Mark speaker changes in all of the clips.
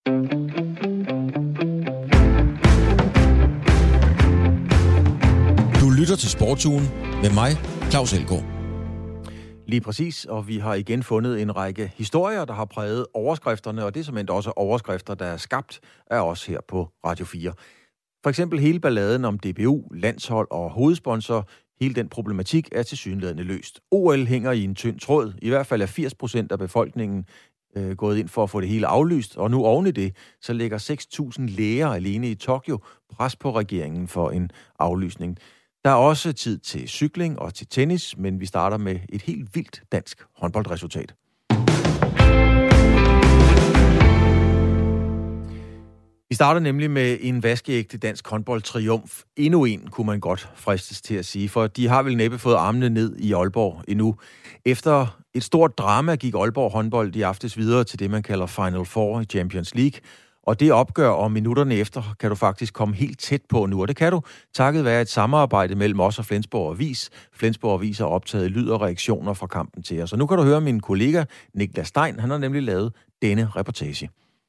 Speaker 1: Du lytter til Sportsugen med mig, Claus Elgaard.
Speaker 2: Lige præcis, og vi har igen fundet en række historier, der har præget overskrifterne, og det er som også overskrifter, der er skabt af os her på Radio 4. For eksempel hele balladen om DBU, landshold og hovedsponsor. Hele den problematik er tilsyneladende løst. OL hænger i en tynd tråd. I hvert fald er 80% af befolkningen gået ind for at få det hele aflyst, og nu oven i det, så lægger 6.000 læger alene i Tokyo pres på regeringen for en aflysning. Der er også tid til cykling og til tennis, men vi starter med et helt vildt dansk håndboldresultat. Vi starter nemlig med en vaskeægte dansk håndboldtriumf. Endnu en, kunne man godt fristes til at sige, for de har vel næppe fået armene ned i Aalborg endnu. Efter et stort drama gik Aalborg håndbold i aftes videre til det, man kalder Final Four i Champions League. Og det opgør om minutterne efter kan du faktisk komme helt tæt på nu, og det kan du takket være et samarbejde mellem os og Flensborg Avis. Flensborg Avis har optaget lyd og reaktioner fra kampen til os. Og nu kan du høre min kollega Niklas Stein, han har nemlig lavet denne reportage.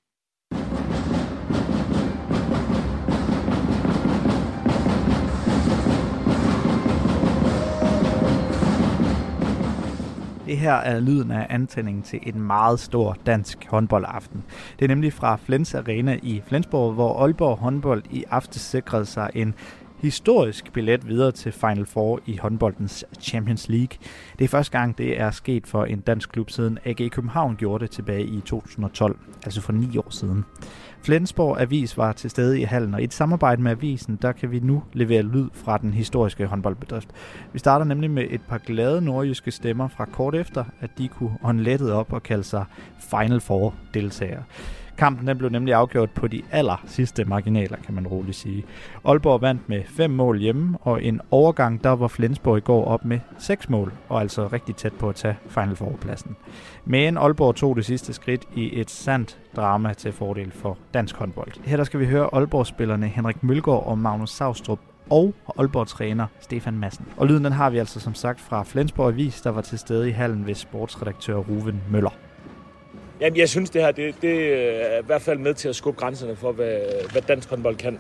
Speaker 3: Det her er lyden af antændingen til en meget stor dansk håndboldaften. Det er nemlig fra Flens Arena i Flensborg, hvor Aalborg håndbold i aften sikrede sig en historisk billet videre til Final Four i håndboldens Champions League. Det er første gang, det er sket for en dansk klub siden AG København gjorde det tilbage i 2012, altså for 9 år siden. Flensborg Avis var til stede i hallen, og i et samarbejde med avisen, der kan vi nu levere lyd fra den historiske håndboldbedrift. Vi starter nemlig med et par glade nordjyske stemmer fra kort efter, at de kunne hånde lettet op og kalde sig Final Four deltagere. Kampen den blev nemlig afgjort på de aller sidste marginaler, kan man roligt sige. Aalborg vandt med 5 mål hjemme, og en overgang, der var Flensborg i går op med 6 mål, og altså rigtig tæt på at tage Final Four-pladsen. Men Aalborg tog det sidste skridt i et sandt drama til fordel for dansk håndbold. Her der skal vi høre Aalborg-spillerne Henrik Mølgaard og Magnus Saustrup og Aalborg-træner Stefan Madsen. Og lyden den har vi altså som sagt fra Flensborg Avis, der var til stede i hallen ved sportsredaktør Ruben Møller.
Speaker 4: Jamen, jeg synes, det her det er i hvert fald med til at skubbe grænserne for, hvad dansk håndbold kan.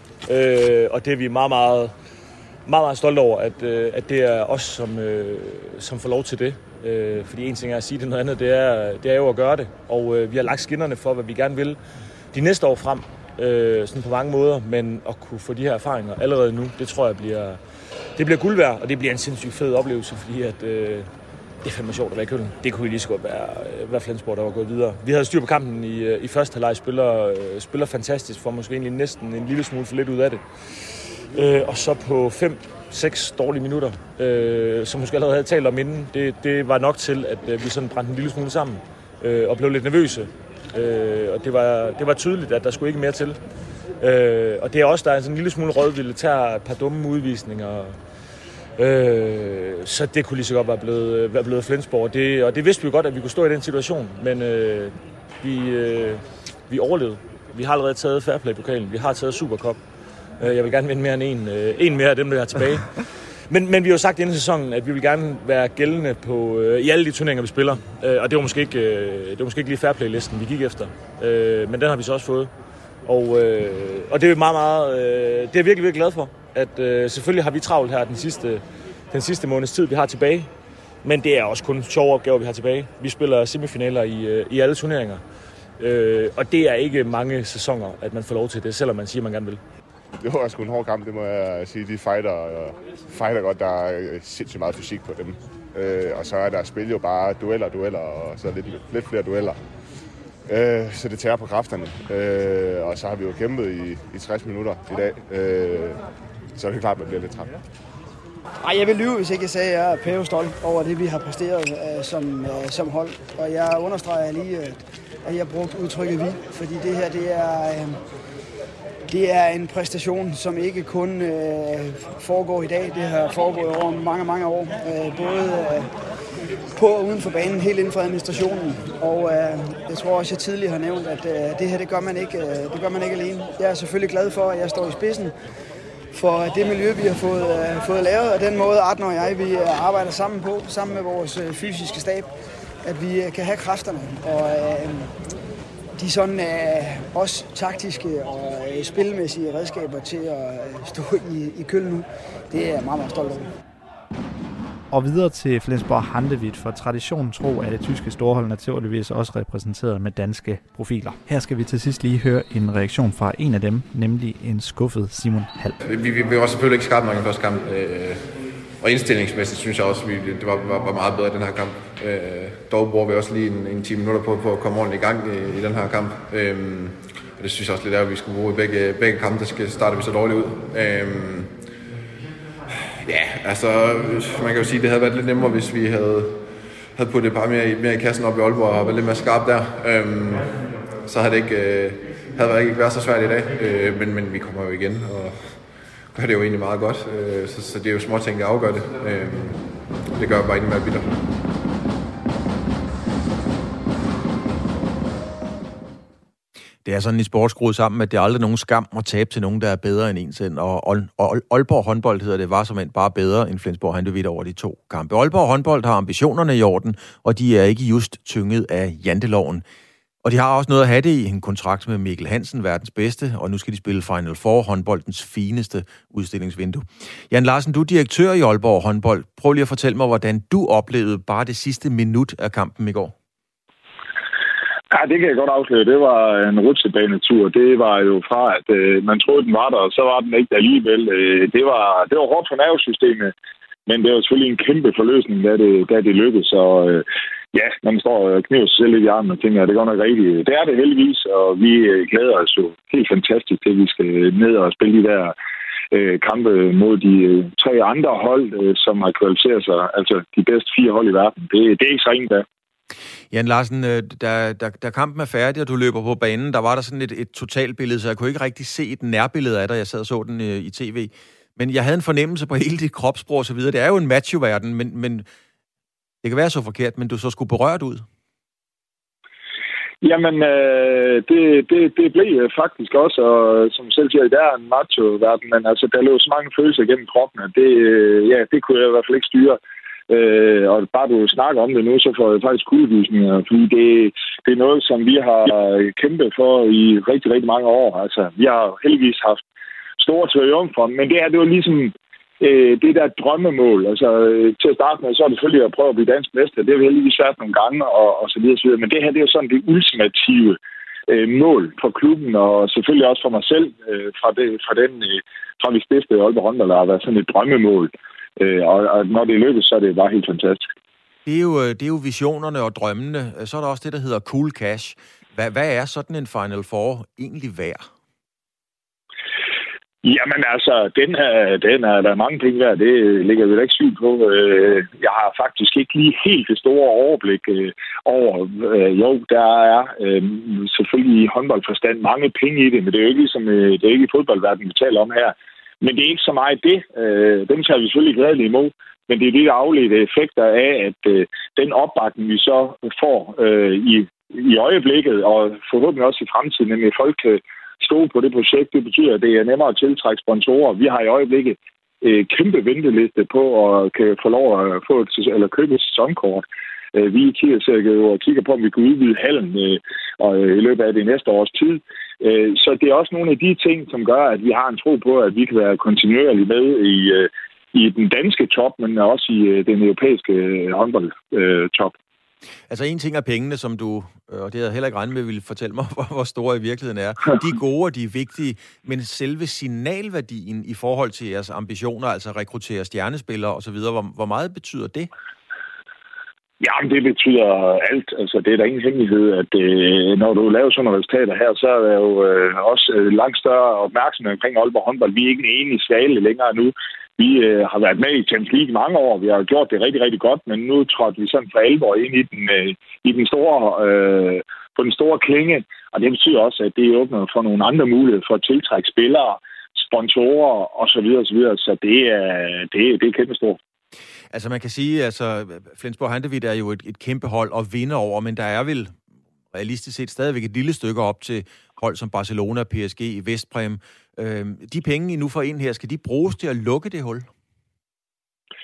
Speaker 4: Ja. Og det er vi meget, meget stolte over, at det er os, som får lov til det. Fordi en ting er at sige det, noget andet, det er jo at gøre det. Og vi har lagt skinnerne for, hvad vi gerne vil de næste år frem, sådan på mange måder. Men at kunne få de her erfaringer allerede nu, det tror jeg bliver guld værd, og det bliver en sindssygt fed oplevelse, fordi at det er fandme sjovt at være i Køln. Det kunne lige så godt være Flensborg, der var gået videre. Vi havde styr på kampen i første halvleg, spiller fantastisk, for måske egentlig næsten en lille smule for lidt ud af det. Og så på 5-6 dårlige minutter, som måske allerede havde talt om inden, det var nok til, at vi sådan brændte en lille smule sammen og blev lidt nervøse. Og det var tydeligt, at der skulle ikke mere til. Og det er også, der er sådan en lille smule rødvilde, tager et par dumme udvisninger. Så det kunne lige så godt være blevet Flensborg. Og det vidste vi jo godt, at vi kunne stå i den situation. Men vi overlevede. Vi har allerede taget Fairplay-pokalen. Vi har taget Supercup. Jeg vil gerne vinde mere end en mere af dem, der er tilbage. Men vi har jo sagt inden sæsonen, at vi vil gerne være gældende i alle de turneringer, vi spiller. Og det var måske ikke lige Fairplay-listen, vi gik efter. Men den har vi så også fået. Og det er meget, det er jeg virkelig, virkelig glad for. At selvfølgelig har vi travlt her den sidste måneds tid, vi har tilbage. Men det er også kun sjove opgaver, vi har tilbage. Vi spiller semifinaler i alle turneringer. Og det er ikke mange sæsoner, at man får lov til det, selvom man siger, at man gerne vil.
Speaker 5: Det var sgu en hård kamp, det må jeg sige. De fighter godt, der er sindssygt meget fysik på dem. Og så er der spil jo bare dueller, og så lidt flere dueller. Så det tager på kræfterne. Og så har vi jo kæmpet i 60 minutter i dag. Så er det klart, at man bliver lidt træt.
Speaker 6: Ej, jeg vil lyve, hvis ikke jeg sagde, at jeg er pævestolt over det, vi har præsteret som hold. Og jeg understreger lige, at jeg brugte udtrykket vi, fordi det her, det er en præstation, som ikke kun foregår i dag. Det har foregået over mange, mange år. Både på og uden for banen, helt inden for administrationen. Og jeg tror også, jeg tidligere har nævnt, at det her, det gør man ikke alene. Jeg er selvfølgelig glad for, at jeg står i spidsen for det miljø, vi har fået lavet, og den måde, Arden og jeg vi arbejder sammen med vores fysiske stab, at vi kan have kræfterne. de sådan også taktiske og spilmæssige redskaber til at stå i Köln nu, det er jeg meget, meget stolt over.
Speaker 3: Og videre til Flensborg Handewitt, for traditionen tro er det tyske storhold naturligvis også repræsenteret med danske profiler. Her skal vi til sidst lige høre en reaktion fra en af dem, nemlig en skuffet Simon Hall.
Speaker 7: Vi var selvfølgelig ikke skarpe nok i første kamp, og indstillingsmæssigt synes jeg også, at det var meget bedre i den her kamp. Dog bruger vi også lige en 10 minutter på at komme ordentligt i gang i den her kamp. Og det synes jeg også lidt er, at vi skulle bruge i begge kampe, der starter vi så dårligt ud. Ja, altså man kan jo sige, at det havde været lidt nemmere, hvis vi havde puttet et par mere i kassen op i Aalborg og været lidt mere skarp der. Så havde det ikke været så svært i dag, men vi kommer jo igen og gør det jo egentlig meget godt. Så det er jo små ting, der afgør det. Det gør bare endnu mere bitter.
Speaker 2: Det er sådan i sport skruet sammen, at det er aldrig nogen skam at tabe til nogen, der er bedre end en selv. Og Aalborg håndbold hedder det, var som bare bedre end Flensborg Handewitt over de 2 kampe. Aalborg håndbold har ambitionerne i orden, og de er ikke just tynget af janteloven. Og de har også noget at have det i en kontrakt med Mikkel Hansen, verdens bedste, og nu skal de spille Final Four, håndboldens fineste udstillingsvindue. Jan Larsen, du er direktør i Aalborg håndbold. Prøv lige at fortælle mig, hvordan du oplevede bare det sidste minut af kampen i går.
Speaker 8: Ja, det kan jeg godt afsløre. Det var en rutsjebanetur. Det var jo fra, at man troede, den var der, og så var den ikke alligevel. Det var hårdt for nervesystemet, men det var selvfølgelig en kæmpe forløsning, da det lykkedes. Og ja, man står og kniver sig selv lidt i armen og tænker, at det går nok rigtigt. Det er det heldigvis, og vi glæder os jo helt fantastisk til, at vi skal ned og spille de der kampe mod de 3 andre hold, som har kvalificeret sig. Altså de bedste 4 hold i verden. Det er ikke så ringe da.
Speaker 2: Jan Larsen, da kampen er færdig, og du løber på banen, der var der sådan et totalbillede, så jeg kunne ikke rigtig se et nærbillede af dig. Jeg sad og så den i tv. Men jeg havde en fornemmelse på hele dit kropssprog og så videre. Det er jo en macho-verden, men det kan være så forkert, men du så skulle berørt ud.
Speaker 8: Jamen, det blev faktisk også, og som selv siger, det er en macho-verden, men altså, der lå så mange følelser gennem kroppen, at det kunne jeg i hvert fald ikke styre. Og bare du snakker om det nu, så får jeg faktisk kuldegysninger, fordi det er noget, som vi har kæmpet for i rigtig, rigtig mange år. Altså, vi har heldigvis haft store triumfer, men det er jo ligesom det der drømmemål. Altså, til at starte med, så er det selvfølgelig at prøve at blive dansk mester. Det har vi heldigvis været nogle gange, og så videre, så videre. Men det her, det er jo sådan det ultimative mål for klubben, og selvfølgelig også for mig selv, fra vi stiftede Aalborg håndbold, der har været sådan et drømmemål. Og når det lykkes, så er det bare helt fantastisk.
Speaker 2: Det er jo visionerne og drømmene. Så er der også det, der hedder cool cash. Hvad er sådan en Final Four egentlig værd?
Speaker 8: Jamen altså, den er der mange penge værd. Det ligger vi da ikke sygt på. Jeg har faktisk ikke lige helt det store overblik over. Jo, der er selvfølgelig i håndboldforstand mange penge i det, men det er jo ikke ligesom, det er ikke i fodboldverdenen, vi taler om her. Men det er ikke så meget det. Dem tager vi selvfølgelig glædeligt imod. Men det er det, der afledte effekter af, at den opbakning, vi så får i øjeblikket, og forhåbentlig også i fremtiden, nemlig folk kan stå på det projekt, det betyder, at det er nemmere at tiltrække sponsorer. Vi har i øjeblikket kæmpe venteliste på at kan få lov at få købe et sæsonkort. Vi kigger på, om vi kan udvide hallen i løbet af det næste års tid. Så det er også nogle af de ting, som gør, at vi har en tro på, at vi kan være kontinuerligt med i den danske top, men også i den europæiske håndboldtop.
Speaker 2: Altså en ting er pengene, som du, og det havde jeg heller ikke regnet med, ville fortælle mig, hvor store i virkeligheden er. De er gode, og de er vigtige, men selve signalværdien i forhold til jeres ambitioner, altså rekruttere stjernespillere osv., hvor meget betyder det?
Speaker 8: Jamen, det betyder alt. Altså, det er der ingen hemmelighed, at når du laver sådan nogle resultater her, så er der jo også langt større opmærksomhed omkring Aalborg håndbold. Vi er ikke en enig svale længere nu. Vi har været med i Champions League i mange år. Vi har gjort det rigtig, rigtig godt, men nu trådte vi sådan for alvor ind i den store, på den store klinge. Og det betyder også, at det åbner for nogle andre muligheder for at tiltrække spillere, sponsorer osv. Så det er kæmpestort.
Speaker 2: Altså man kan sige, altså Flensborg Handewitt er jo et kæmpe hold at vinde over, men der er vel realistisk set stadigvæk et lille stykke op til hold som Barcelona, PSG, Vestpræm. De penge, I nu får ind her, skal de bruges til at lukke det hul?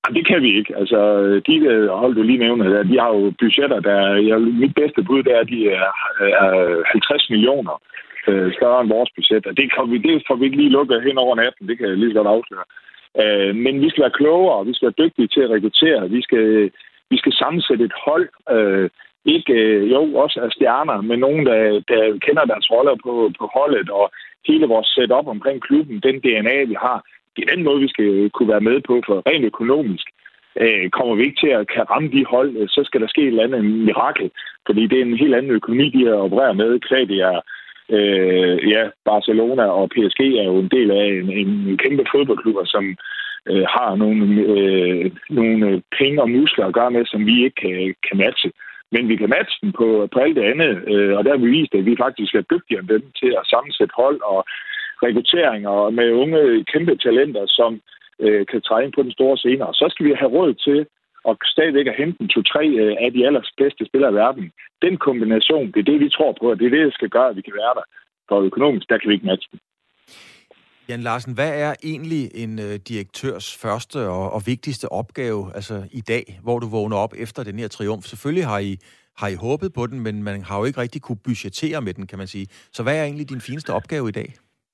Speaker 8: Det kan vi ikke. Altså, de hold, du lige nævner, de har jo budgetter, mit bedste bud, det er, at de er 50 millioner større end vores budget. Og det får vi ikke lige lukket hen over natten, det kan jeg lige så godt afsløre. Men vi skal være klogere, vi skal være dygtige til at rekruttere, vi skal sammensætte et hold, også af stjerner, men nogen, der kender deres roller på holdet, og hele vores setup omkring klubben, den DNA, vi har, det er den måde, vi skal kunne være med på, for rent økonomisk kommer vi ikke til at kan ramme de hold, så skal der ske et eller andet mirakel, fordi det er en helt anden økonomi, de her opererer med. Det er Barcelona og PSG er jo en del af en kæmpe fodboldklubber, som har nogle penge og muskler at gøre med, som vi ikke kan matche. Men vi kan matche dem på alt det andet, og der har vi vist, at vi faktisk er dygtigere end dem til at sammensætte hold og rekrutteringer med unge kæmpe talenter, som kan træde ind på den store scene. Og så skal vi have råd til at stadigvæk at hente 2-3 af de allerbedste spillere i verden. Den kombination, det er det, vi tror på, og det er det, der skal gøre, at vi kan være der. For økonomisk, der kan vi ikke matche den.
Speaker 2: Jan Larsen, hvad er egentlig en direktørs første og vigtigste opgave altså i dag, hvor du vågner op efter den her triumf? Selvfølgelig har I håbet på den, men man har jo ikke rigtig kunne budgettere med den, kan man sige. Så hvad er egentlig din fineste opgave i dag?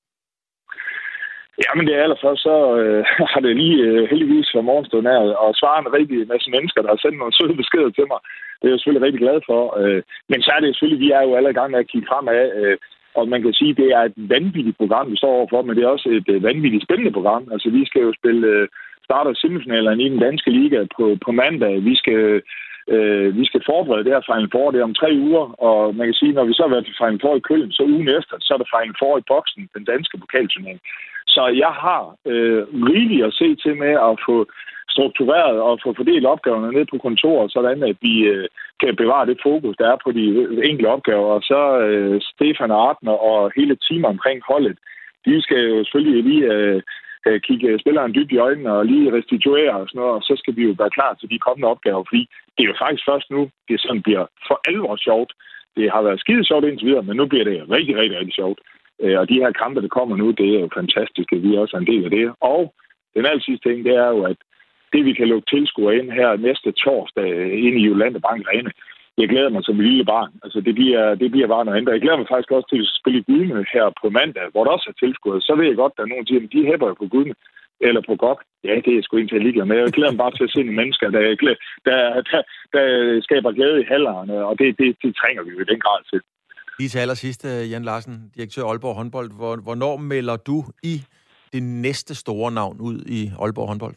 Speaker 8: Jamen det er allerførst, så har det lige heldigvis fra morgenstunden af og svare en rigtig masse mennesker, der har sendt nogle søde beskeder til mig. Det er jeg selvfølgelig rigtig glad for. Men så er det selvfølgelig, vi er jo alle i gang med at kigge fremad. Og man kan sige, at det er et vanvittigt program, vi står overfor, men det er også et vanvittigt spændende program. Altså vi skal jo starte semifinalerne i den danske liga på mandag. Vi skal forberede det her Final Four, det er om 3 uger, og man kan sige, når vi så har været til Final Four i Køln, så ugen efter, så er der Final Four i boksen, den danske pokalturnering. Så jeg har rigeligt at se til med at få struktureret og få fordelt opgaverne ned på kontoret, sådan at vi kan bevare det fokus, der er på de enkelte opgaver. Og så Stefan Artner og hele teamet omkring holdet, de skal jo selvfølgelig lige kigge spilleren dybt i øjnene og lige restituere og sådan noget, og så skal vi jo være klar til de kommende opgaver, fordi det er jo faktisk først nu, det sådan bliver for alvor sjovt. Det har været skide sjovt indtil videre, men nu bliver det rigtig, rigtig, rigtig sjovt. Og de her kampe, der kommer nu, det er jo fantastisk, at vi også er en del af det. Og den aller sidste ting, det er jo, at det vi kan lukke tilskuere ind her næste torsdag inde i Jylland Bank Arena, jeg glæder mig som et lille barn. Altså det bliver bare noget andet. Jeg glæder mig faktisk også til at spille i Gudme her på mandag, hvor der også er tilskuere. Så ved jeg godt, at der er nogen, der siger, at de hæpper jo på Gudme eller på GOG. Ja, det er sgu ikke til at ligge med. Jeg glæder mig bare til at se nogle mennesker, der skaber glæde i hallerne, og det trænger vi jo i den grad til.
Speaker 2: Lige til allersidst, Jan Larsen, direktør Aalborg Håndbold. Hvornår melder du i det næste store navn ud i Aalborg Håndbold?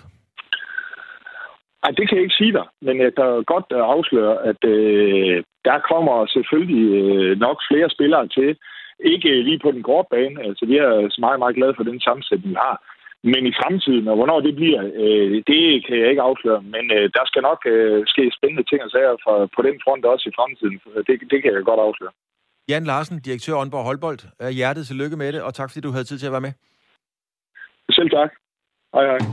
Speaker 8: Ej, det kan jeg ikke sige dig, men jeg kan godt afsløre, at der kommer selvfølgelig nok flere spillere til. Ikke lige på den korte bane, altså vi er meget, meget glade for den sammensætning, vi har. Men i fremtiden, og hvornår det bliver, det kan jeg ikke afsløre. Men der skal nok ske spændende ting og sager på den front også i fremtiden. Det kan jeg godt afsløre.
Speaker 2: Jan Larsen, direktør Aalborg Håndbold. Hjertet tillykke med det, og tak fordi du havde tid til at være med.
Speaker 8: Selv tak. Hej hej.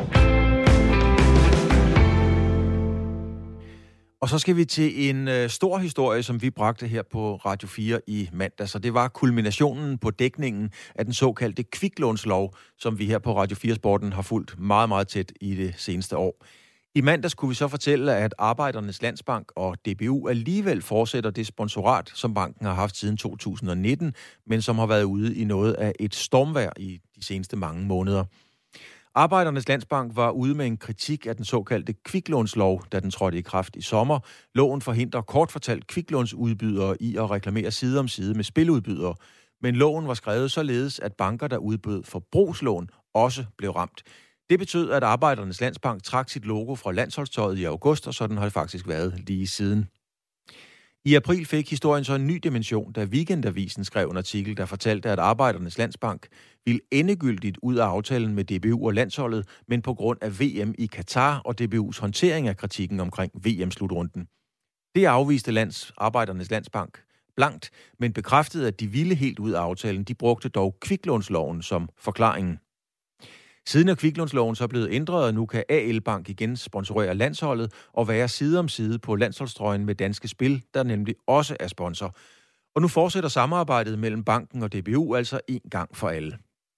Speaker 2: Og så skal vi til en stor historie, som vi bragte her på Radio 4 i mandag. Så det var kulminationen på dækningen af den såkaldte kviklånslov, som vi her på Radio 4 Sporten har fulgt meget, meget tæt i det seneste år. I mandag skulle vi så fortælle, at Arbejdernes Landsbank og DBU alligevel fortsætter det sponsorat, som banken har haft siden 2019, men som har været ude i noget af et stormvejr i de seneste mange måneder. Arbejdernes Landsbank var ude med en kritik af den såkaldte kviklånslov, da den trådte i kraft i sommer. Loven forhindrer kort fortalt kviklånsudbydere i at reklamere side om side med spiludbydere. Men loven var skrevet således, at banker, der udbød forbrugslån, også blev ramt. Det betød, at Arbejdernes Landsbank trak sit logo fra landsholdstøjet i august, og sådan har det faktisk været lige siden. I april fik historien så en ny dimension, da Weekendavisen skrev en artikel, der fortalte, at Arbejdernes Landsbank ville endegyldigt ud af aftalen med DBU og landsholdet, men på grund af VM i Katar og DBU's håndtering af kritikken omkring VM-slutrunden. Det afviste Arbejdernes Landsbank blankt, men bekræftede, at de ville helt ud af aftalen. De brugte dog kviklånsloven som forklaringen. Siden er kviklånsloven så blevet ændret, og nu kan AL Bank igen sponsorere landsholdet og være side om side på landsholdstrøjen med Danske Spil, der nemlig også er sponsor. Og nu fortsætter samarbejdet mellem banken og DBU altså en gang for alle.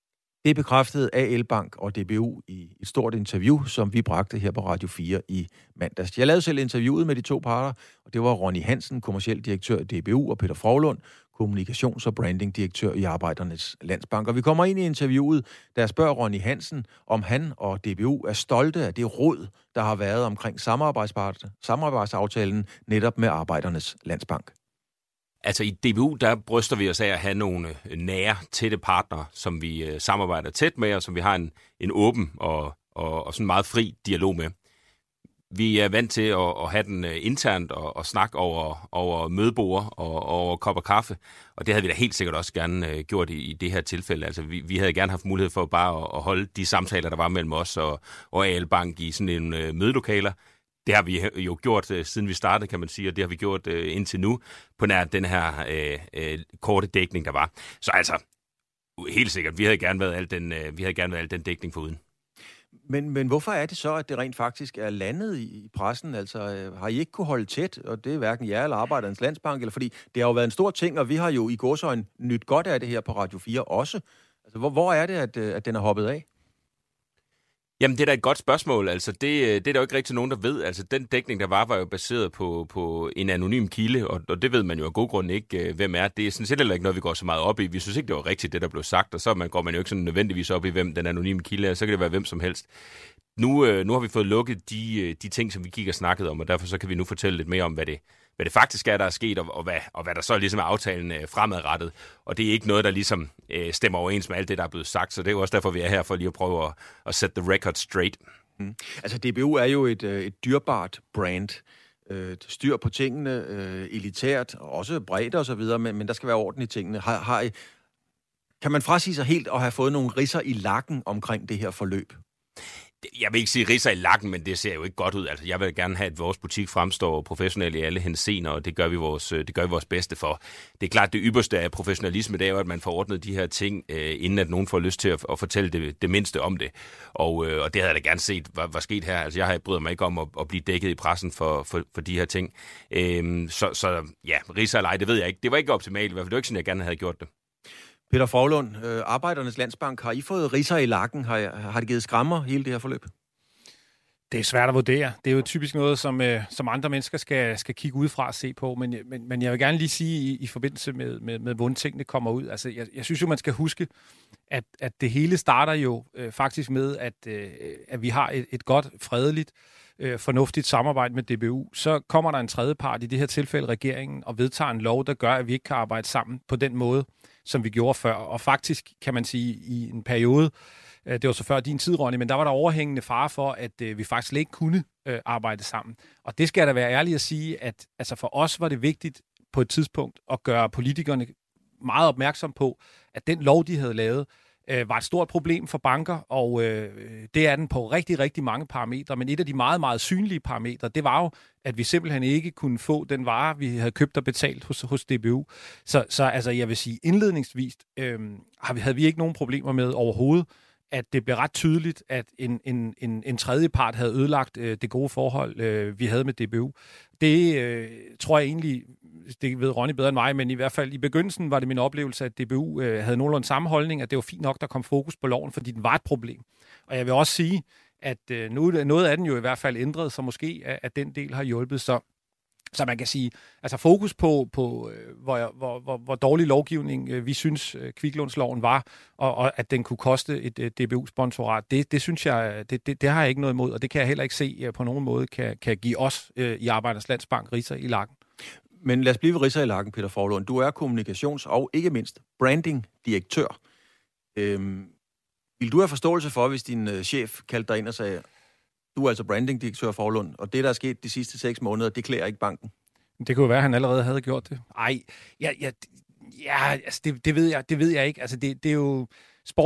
Speaker 2: Det bekræftede AL Bank og DBU i et stort interview, som vi bragte her på Radio 4 i mandags. Jeg lavede selv interviewet med de to parter, og det var Ronny Hansen, kommerciel direktør i DBU, og Peter Frohlund, kommunikations- og brandingdirektør i Arbejdernes Landsbank. Og vi kommer ind i interviewet, der spørger Ronny Hansen, om han og DBU er stolte af det råd, der har været omkring samarbejdsaftalen netop med Arbejdernes Landsbank.
Speaker 9: Altså i DBU, der bryster vi os af at have nogle nære, tætte partnere, som vi samarbejder tæt med, og som vi har en åben og sådan meget fri dialog med. Vi er vant til at have den internt og snakke over mødebord og over kop og kaffe, og det havde vi da helt sikkert også gerne gjort i det her tilfælde. Altså vi havde gerne haft mulighed for bare at holde de samtaler, der var mellem os og AL Bank i sådan en mødelokaler. Det har vi jo gjort, siden vi startede, kan man sige, og det har vi gjort indtil nu, på nær den her korte dækning, der var. Så altså, helt sikkert, vi havde gerne været al den dækning foruden.
Speaker 2: Men hvorfor er det så, at det rent faktisk er landet i pressen? Altså, har I ikke kunne holde tæt, og det er hverken jer eller Arbejdernes Landsbank, eller fordi det har jo været en stor ting, og vi har jo i gåseøjne nyt godt af det her på Radio 4 også. Altså, hvor er det, at den er hoppet af?
Speaker 9: Jamen, det er da et godt spørgsmål. Altså, det er der jo ikke rigtig nogen, der ved. Altså, den dækning, der var jo baseret på en anonym kilde, og det ved man jo af god grund ikke, hvem er. Det er sådan set heller ikke noget, vi går så meget op i. Vi synes ikke, det var rigtigt, det der blev sagt, og så går man jo ikke sådan nødvendigvis op i, hvem den anonyme kilde er. Så kan det være hvem som helst. Nu har vi fået lukket de ting, som vi gik og snakkede om, og derfor så kan vi nu fortælle lidt mere om, hvad det faktisk er, der er sket, og hvad der så ligesom er aftalen fremadrettet. Og det er ikke noget, der ligesom stemmer overens med alt det, der er blevet sagt, så det er jo også derfor, vi er her for lige at prøve at sætte the record straight.
Speaker 2: Altså, DBU er jo et dyrebart brand. Styr på tingene, elitært, også bredt og så videre, men der skal være orden i tingene. Kan man frasige sig helt og have fået nogle ridser i lakken omkring det her forløb?
Speaker 9: Jeg vil ikke sige ridser i lakken, men det ser jo ikke godt ud. Altså, jeg vil gerne have, at vores butik fremstår professionelt i alle henseender, og det gør vi vores bedste for. Det er klart, det ypperste af professionalisme, det er jo, at man får ordnet de her ting, inden at nogen får lyst til at fortælle det mindste om det. Og det havde jeg da gerne set, var sket her. Altså, jeg har bryder mig ikke om at blive dækket i pressen for de her ting. Så ja, ridser eller ej, det ved jeg ikke. Det var ikke optimalt, i hvert fald. Det var ikke sådan, jeg gerne havde gjort det.
Speaker 2: Peter Frohlund, Arbejdernes Landsbank, har I fået ridser i lakken? Har det givet skrammer, hele det her forløb?
Speaker 10: Det er svært at vurdere. Det er jo typisk noget, som andre mennesker skal kigge udefra og se på. Men jeg vil gerne lige sige, i forbindelse med hvordan tingene kommer ud. Altså, jeg synes jo, man skal huske, at det hele starter jo faktisk med, at vi har et godt, fredeligt, fornuftigt samarbejde med DBU. Så kommer der en tredje part, i det her tilfælde regeringen, og vedtager en lov, der gør, at vi ikke kan arbejde sammen på den måde, som vi gjorde før. Og faktisk, kan man sige, i en periode, det var så før din tid, Ronny, men der var der overhængende fare for, at vi faktisk slet ikke kunne arbejde sammen. Og det skal jeg da være ærlig at sige, at altså for os var det vigtigt på et tidspunkt at gøre politikerne meget opmærksom på, at den lov, de havde lavet, var et stort problem for banker, og det er den på rigtig, rigtig mange parametre. Men et af de meget, meget synlige parametre, det var jo, at vi simpelthen ikke kunne få den vare, vi havde købt og betalt hos DBU. Så altså, jeg vil sige, indledningsvis havde vi ikke nogen problemer med overhovedet, at det blev ret tydeligt, at en tredje part havde ødelagt det gode forhold, vi havde med DBU. Det tror jeg egentlig, det ved Ronny bedre end mig, men i hvert fald i begyndelsen var det min oplevelse, at DBU havde nogenlunde samme holdning, at det var fint nok, der kom fokus på loven, fordi den var et problem. Og jeg vil også sige, at nu er noget af den jo i hvert fald ændret, så måske at den del har hjulpet. Så man kan sige, altså fokus på hvor dårlig lovgivning vi synes kviklånsloven var, og at den kunne koste et DBU-sponsorat, det synes jeg, det har jeg ikke noget imod, og det kan jeg heller ikke se på nogen måde kan give os i Arbejdernes Landsbank ridser i lakken.
Speaker 2: Men lad os blive ved ridser i lakken, Peter Frohlund. Du er kommunikations- og ikke mindst branding-direktør. Vil du have forståelse for, hvis din chef kaldte dig ind og sagde, du er altså branding-direktør Frohlund, og det, der er sket de sidste 6 måneder, det klæder ikke banken?
Speaker 10: Det kunne være, at han allerede havde gjort det. Altså det ved jeg ikke. Altså det er jo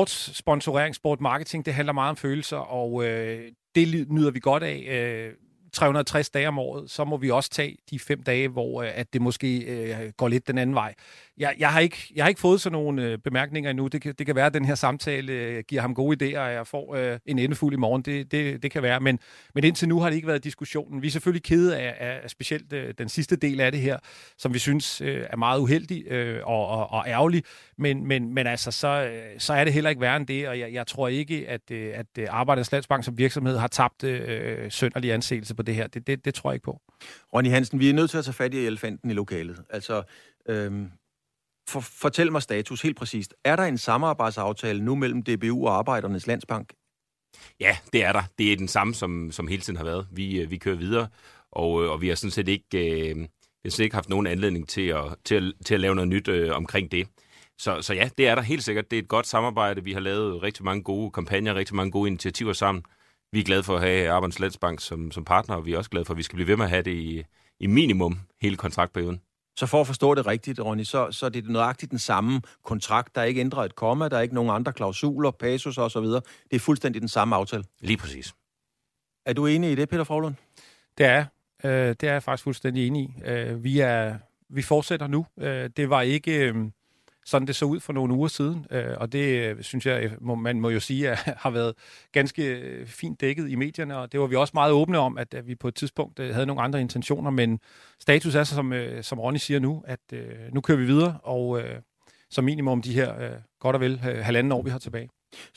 Speaker 10: sportssponsorering, sportmarketing, det handler meget om følelser, og det nyder vi godt af. 360 dage om året, så må vi også tage de 5 dage, hvor at det måske går lidt den anden vej. Jeg har ikke fået sådan nogle bemærkninger endnu. Det kan være, at den her samtale giver ham gode idéer, og jeg får en endefuld i morgen. Det kan være, men indtil nu har det ikke været diskussionen. Vi er selvfølgelig kede af specielt den sidste del af det her, som vi synes er meget uheldig og ærgerlig, men altså, så er det heller ikke værre end det, og jeg tror ikke, at Arbejdernes Landsbank som virksomhed har tabt synderlig anseelse på det her. Det tror jeg ikke på.
Speaker 2: Ronny Hansen, vi er nødt til at tage fat i elefanten i lokalet. Altså, fortæl mig status helt præcist. Er der en samarbejdsaftale nu mellem DBU og Arbejdernes Landsbank?
Speaker 9: Ja, det er der. Det er den samme, som hele tiden har været. Vi kører videre, og vi har sådan set ikke haft nogen anledning til at lave noget nyt omkring det. Så ja, det er der helt sikkert. Det er et godt samarbejde. Vi har lavet rigtig mange gode kampagner, rigtig mange gode initiativer sammen. Vi er glade for at have Arbejdernes Landsbank som partner, og vi er også glade for, at vi skal blive ved med at have det i minimum hele kontraktperioden.
Speaker 2: Så for at forstå det rigtigt, Ronny, så er det nøjagtigt den samme kontrakt. Der er ikke ændret et komma, der er ikke nogen andre klausuler, passus og så videre. Det er fuldstændig den samme aftale.
Speaker 9: Lige præcis.
Speaker 2: Er du enig i det, Peter Frohlund?
Speaker 10: Det er jeg faktisk fuldstændig enig i. Vi fortsætter nu. Det var ikke sådan, det så ud for nogle uger siden, og det synes jeg, man må jo sige, har været ganske fint dækket i medierne, og det var vi også meget åbne om, at vi på et tidspunkt havde nogle andre intentioner, men status er, som Ronny siger nu, at nu kører vi videre, og som minimum de her godt og vel 1,5 år, vi har tilbage.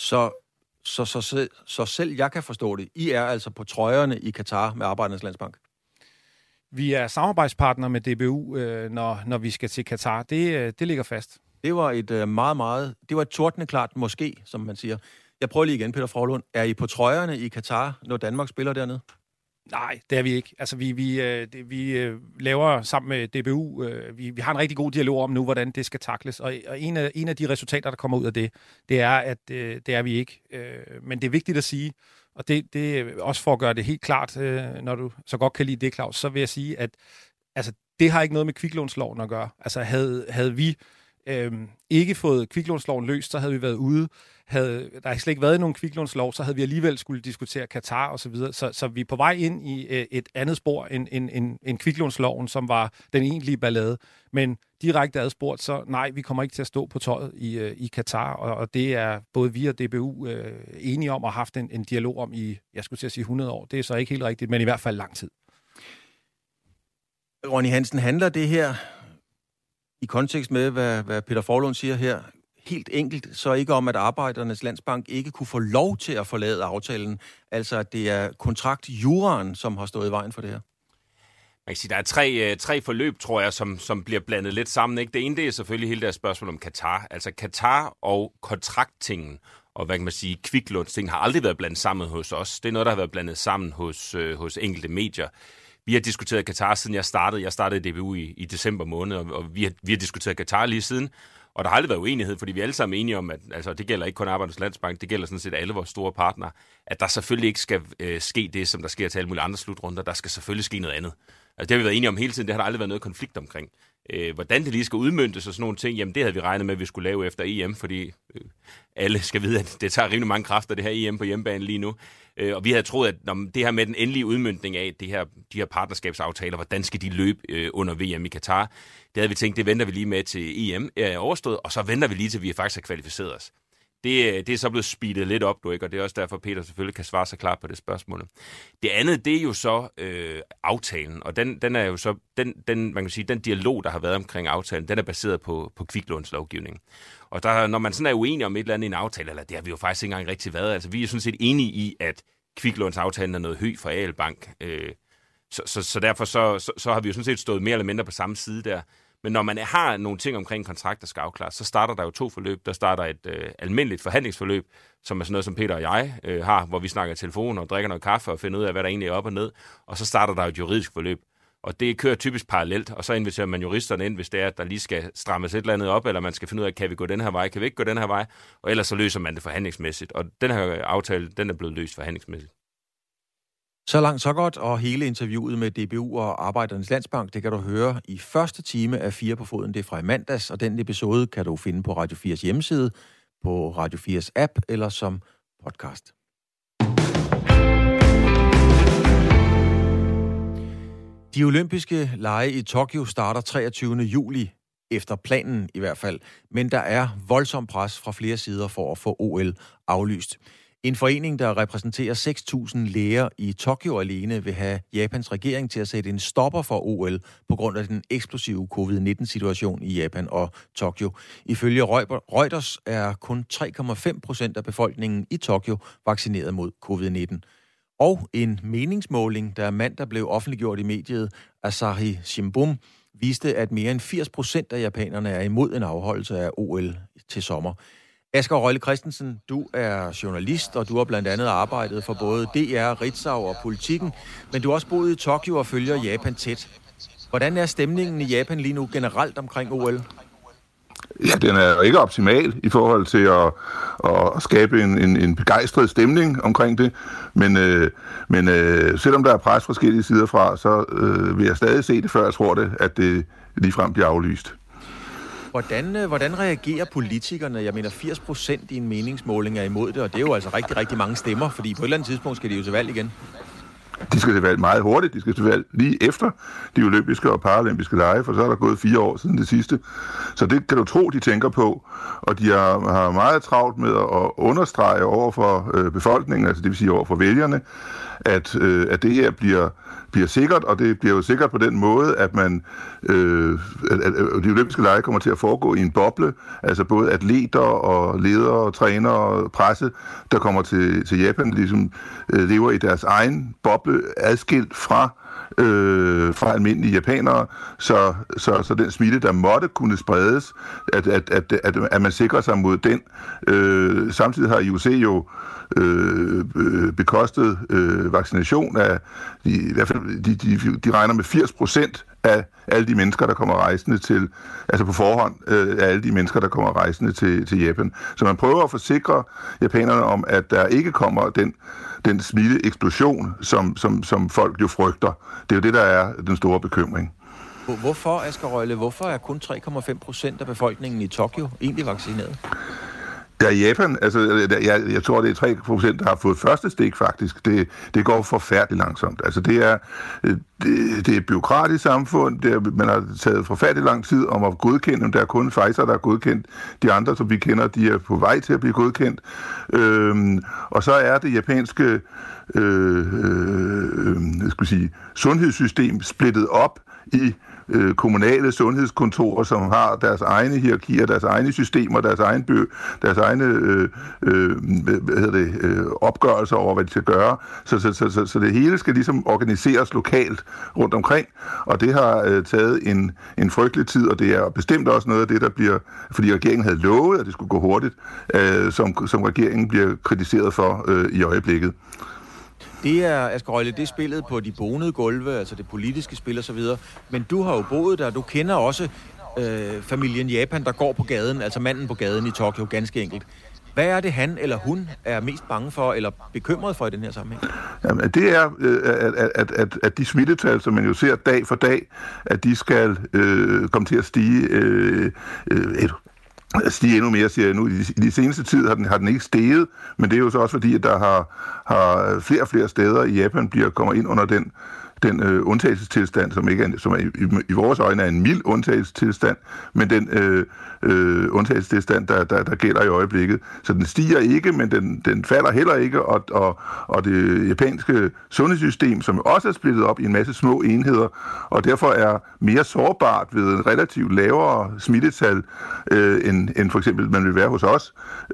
Speaker 2: Så selv jeg kan forstå det. I er altså på trøjerne i Katar med Arbejdernes Landsbank?
Speaker 10: Vi er samarbejdspartnere med DBU, når vi skal til Katar. Det ligger fast.
Speaker 2: Det var et tordende klart måske, som man siger. Jeg prøver lige igen, Peter Frohlund. Er I på trøjerne i Katar, når Danmark spiller dernede?
Speaker 10: Nej, det er vi ikke. Altså, vi laver sammen med DBU, vi har en rigtig god dialog om nu, hvordan det skal takles, og en af de resultater, der kommer ud af det er, at det er vi ikke. Men det er vigtigt at sige, og det er også for at gøre det helt klart, når du så godt kan lide det, Claus, så vil jeg sige, at altså, det har ikke noget med kviklånsloven at gøre. Altså, havde vi ikke fået kviklånsloven løst, så havde vi været ude. Havde der slet ikke været nogen kviklånslov, så havde vi alligevel skulle diskutere Katar og så videre. Så vi er på vej ind i et andet spor end kviklånsloven, som var den egentlige ballade. Men direkte adspurgt, så nej, vi kommer ikke til at stå på tøjet i Katar, og det er både vi og DBU enige om og har haft en dialog om i, jeg skulle til at sige 100 år. Det er så ikke helt rigtigt, men i hvert fald lang tid.
Speaker 2: Ronny Hansen, handler det her i kontekst med, hvad Peter Frohlund siger her, helt enkelt, så ikke om, at Arbejdernes Landsbank ikke kunne få lov til at forlade aftalen? Altså, at det er kontraktjuraen, som har stået i vejen for det her?
Speaker 9: Man kan sige, der er tre forløb, tror jeg, som bliver blandet lidt sammen. Ikke? Det ene, det er selvfølgelig hele det spørgsmål om Katar. Altså, Katar og kontraktingen, og hvad kan man sige, kviklånstingen, har aldrig været blandet sammen hos os. Det er noget, der har været blandet sammen hos enkelte medier. Vi har diskuteret Katar, siden jeg startede. Jeg startede i DBU i december måned, og vi har diskuteret Katar lige siden. Og der har aldrig været uenighed, fordi vi alle sammen er enige om, at altså, det gælder ikke kun Arbejdernes Landsbank, det gælder sådan set alle vores store partnere, at der selvfølgelig ikke skal ske det, som der sker til alle mulige andre slutrunder. Der skal selvfølgelig ske noget andet. Altså, det har vi været enige om hele tiden, det har der aldrig været noget konflikt omkring. Hvordan det lige skal udmøntes og sådan nogle ting, jamen det havde vi regnet med, at vi skulle lave efter EM, fordi alle skal vide, at det tager rimelig mange kræfter, det her EM på hjemmebane lige nu. Og vi havde troet, at det her med den endelige udmøntning af de her partnerskabsaftaler, hvordan skal de løbe under VM i Katar, det havde vi tænkt, det venter vi lige med til EM er overstået, og så venter vi lige til, vi faktisk har kvalificeret os. Det er så blevet speedet lidt op, og det er også derfor, Peter selvfølgelig kan svare sig klart på det spørgsmål. Det andet, det er jo så aftalen, og den er jo så, man kan sige, den dialog, der har været omkring aftalen, den er baseret på kviklånslovgivningen. Og der, når man sådan er uenig om et eller andet i en aftale, eller det har vi jo faktisk ikke engang rigtig været, altså vi er sådan set enige i, at kviklånsaftalen er noget høj for AL Bank. Så derfor så har vi jo sådan set stået mere eller mindre på samme side der. Men når man har nogle ting omkring kontrakt, der skal afklares, så starter der jo 2 forløb. Der starter et almindeligt forhandlingsforløb, som er sådan noget, som Peter og jeg har, hvor vi snakker i telefon og drikker noget kaffe og finder ud af, hvad der egentlig er op og ned. Og så starter der et juridisk forløb. Og det kører typisk parallelt, og så inviterer man juristerne ind, hvis det er, at der lige skal strammes et eller andet op, eller man skal finde ud af, kan vi gå den her vej, kan vi ikke gå den her vej, og ellers så løser man det forhandlingsmæssigt. Og den her aftale, den er blevet løst forhandlingsmæssigt.
Speaker 2: Så langt, så godt, og hele interviewet med DBU og Arbejdernes Landsbank, det kan du høre i første time af 4 på foden. Det er fra i mandags, og den episode kan du finde på Radio 4's hjemmeside, på Radio 4's app eller som podcast. De olympiske lege i Tokyo starter 23. juli, efter planen i hvert fald. Men der er voldsom pres fra flere sider for at få OL aflyst. En forening, der repræsenterer 6.000 læger i Tokyo alene, vil have Japans regering til at sætte en stopper for OL på grund af den eksplosive covid-19-situation i Japan og Tokyo. Ifølge Reuters er kun 3,5% af befolkningen i Tokyo vaccineret mod covid-19. Og en meningsmåling, der mandag blev offentliggjort i mediet Asahi Shimbun, viste, at mere end 80% af japanerne er imod en afholdelse af OL til sommer. Asger Røgle Christensen, du er journalist, og du har blandt andet arbejdet for både DR, Ritzau og Politikken, men du har også boet i Tokyo og følger Japan tæt. Hvordan er stemningen i Japan lige nu generelt omkring OL?
Speaker 11: Ja, den er jo ikke optimal i forhold til at skabe en begejstret stemning omkring det, men selvom der er pres fra forskellige sider fra, så vil jeg stadig se det, før jeg tror det, at det ligefrem bliver aflyst.
Speaker 2: Hvordan reagerer politikerne? Jeg mener, 80% i en meningsmåling er imod det, og det er jo altså rigtig, rigtig mange stemmer, fordi på et eller andet tidspunkt skal de jo til valg igen.
Speaker 11: De skal til valg meget hurtigt. De skal til valg lige efter de olympiske og paralympiske lege, for så er der gået 4 år siden det sidste. Så det kan du tro, de tænker på. Og de har meget travlt med at understrege over for befolkningen, altså det vil sige over for vælgerne, at det her bliver sikkert, og det bliver jo sikkert på den måde, at at de olympiske lege kommer til at foregå i en boble, altså både atleter og ledere og trænere og presse, der kommer til Japan, ligesom lever i deres egen boble, adskilt fra almindelige japanere, så den smitte, der måtte kunne spredes, at man sikrer sig mod den. Samtidig har IOC jo bekostet vaccination af, i hvert fald, de regner med 80% af alle de mennesker, der kommer rejsende til, altså på forhånd af alle de mennesker, der kommer rejsende til Japan. Så man prøver at forsikre japanerne om, at der ikke kommer den smitte-eksplosion, som folk jo frygter. Det er jo det, der er den store bekymring.
Speaker 2: Hvorfor, Asger Røgle, hvorfor er kun 3,5% af befolkningen i Tokyo egentlig vaccineret?
Speaker 11: Ja, i Japan, altså, jeg tror, det er 3%, der har fået første stik, faktisk. Det går forfærdeligt langsomt. Altså, det er et bureaukratisk samfund. Man har taget forfærdeligt lang tid om at godkende. Der er kun Pfizer, der er godkendt. De andre, som vi kender, de er på vej til at blive godkendt. Og så er det japanske sundhedssystem splittet op i kommunale sundhedskontorer, som har deres egne hierarkier, deres egne systemer, deres egne opgørelser over, hvad de skal gøre. Så det hele skal ligesom organiseres lokalt rundt omkring, og det har taget en frygtelig tid, og det er bestemt også noget af det, der bliver, fordi regeringen havde lovet, at det skulle gå hurtigt, som regeringen bliver kritiseret for i øjeblikket.
Speaker 2: Det er, Asger Røgle, det er spillet på de bonede gulve, altså det politiske spil og så videre. Men du har jo boet der, du kender også familien Japan, der går på gaden, altså manden på gaden i Tokyo, ganske enkelt. Hvad er det, han eller hun er mest bange for eller bekymret for i den her sammenhæng? Jamen,
Speaker 11: det er, at de smittetal, som man jo ser dag for dag, at de skal komme til at stige endnu mere, siger jeg nu. I de seneste tid har den ikke steget, men det er jo så også fordi, at der har flere og flere steder i Japan kommer ind under den undtagelsestilstand, som i vores øjne er en mild undtagelsestilstand, men den undtagelsestilstand, der gælder i øjeblikket. Så den stiger ikke, men den falder heller ikke, og det japanske sundhedssystem, som også er splittet op i en masse små enheder, og derfor er mere sårbart ved en relativt lavere smittetal, end for eksempel man vil være hos os.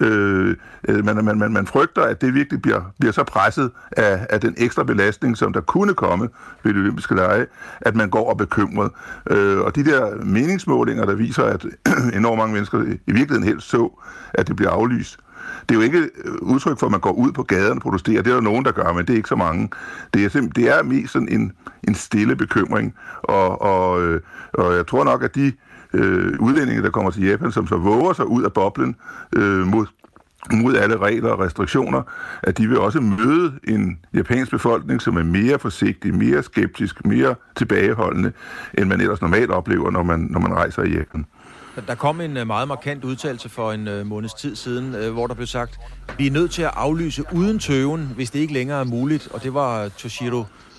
Speaker 11: Man frygter, at det virkelig bliver så presset af den ekstra belastning, som der kunne komme ved de olympiske lege, at man går og bekymret. Og de der meningsmålinger, der viser, at enormt mange mennesker i virkeligheden helst så, at det bliver aflyst. Det er jo ikke udtryk for, at man går ud på gaderne og protesterer. Det er der nogen, der gør, men det er ikke så mange. Det er mest sådan en stille bekymring. Og jeg tror nok, at de udlændinge, der kommer til Japan, som så våger sig ud af boblen mod alle regler og restriktioner, at de vil også møde en japansk befolkning, som er mere forsigtig, mere skeptisk, mere tilbageholdende, end man ellers normalt oplever, når man rejser i Japan.
Speaker 2: Der kom en meget markant udtalelse for en måneds tid siden, hvor der blev sagt, vi er nødt til at aflyse uden tøven, hvis det ikke længere er muligt, og det var Toshiro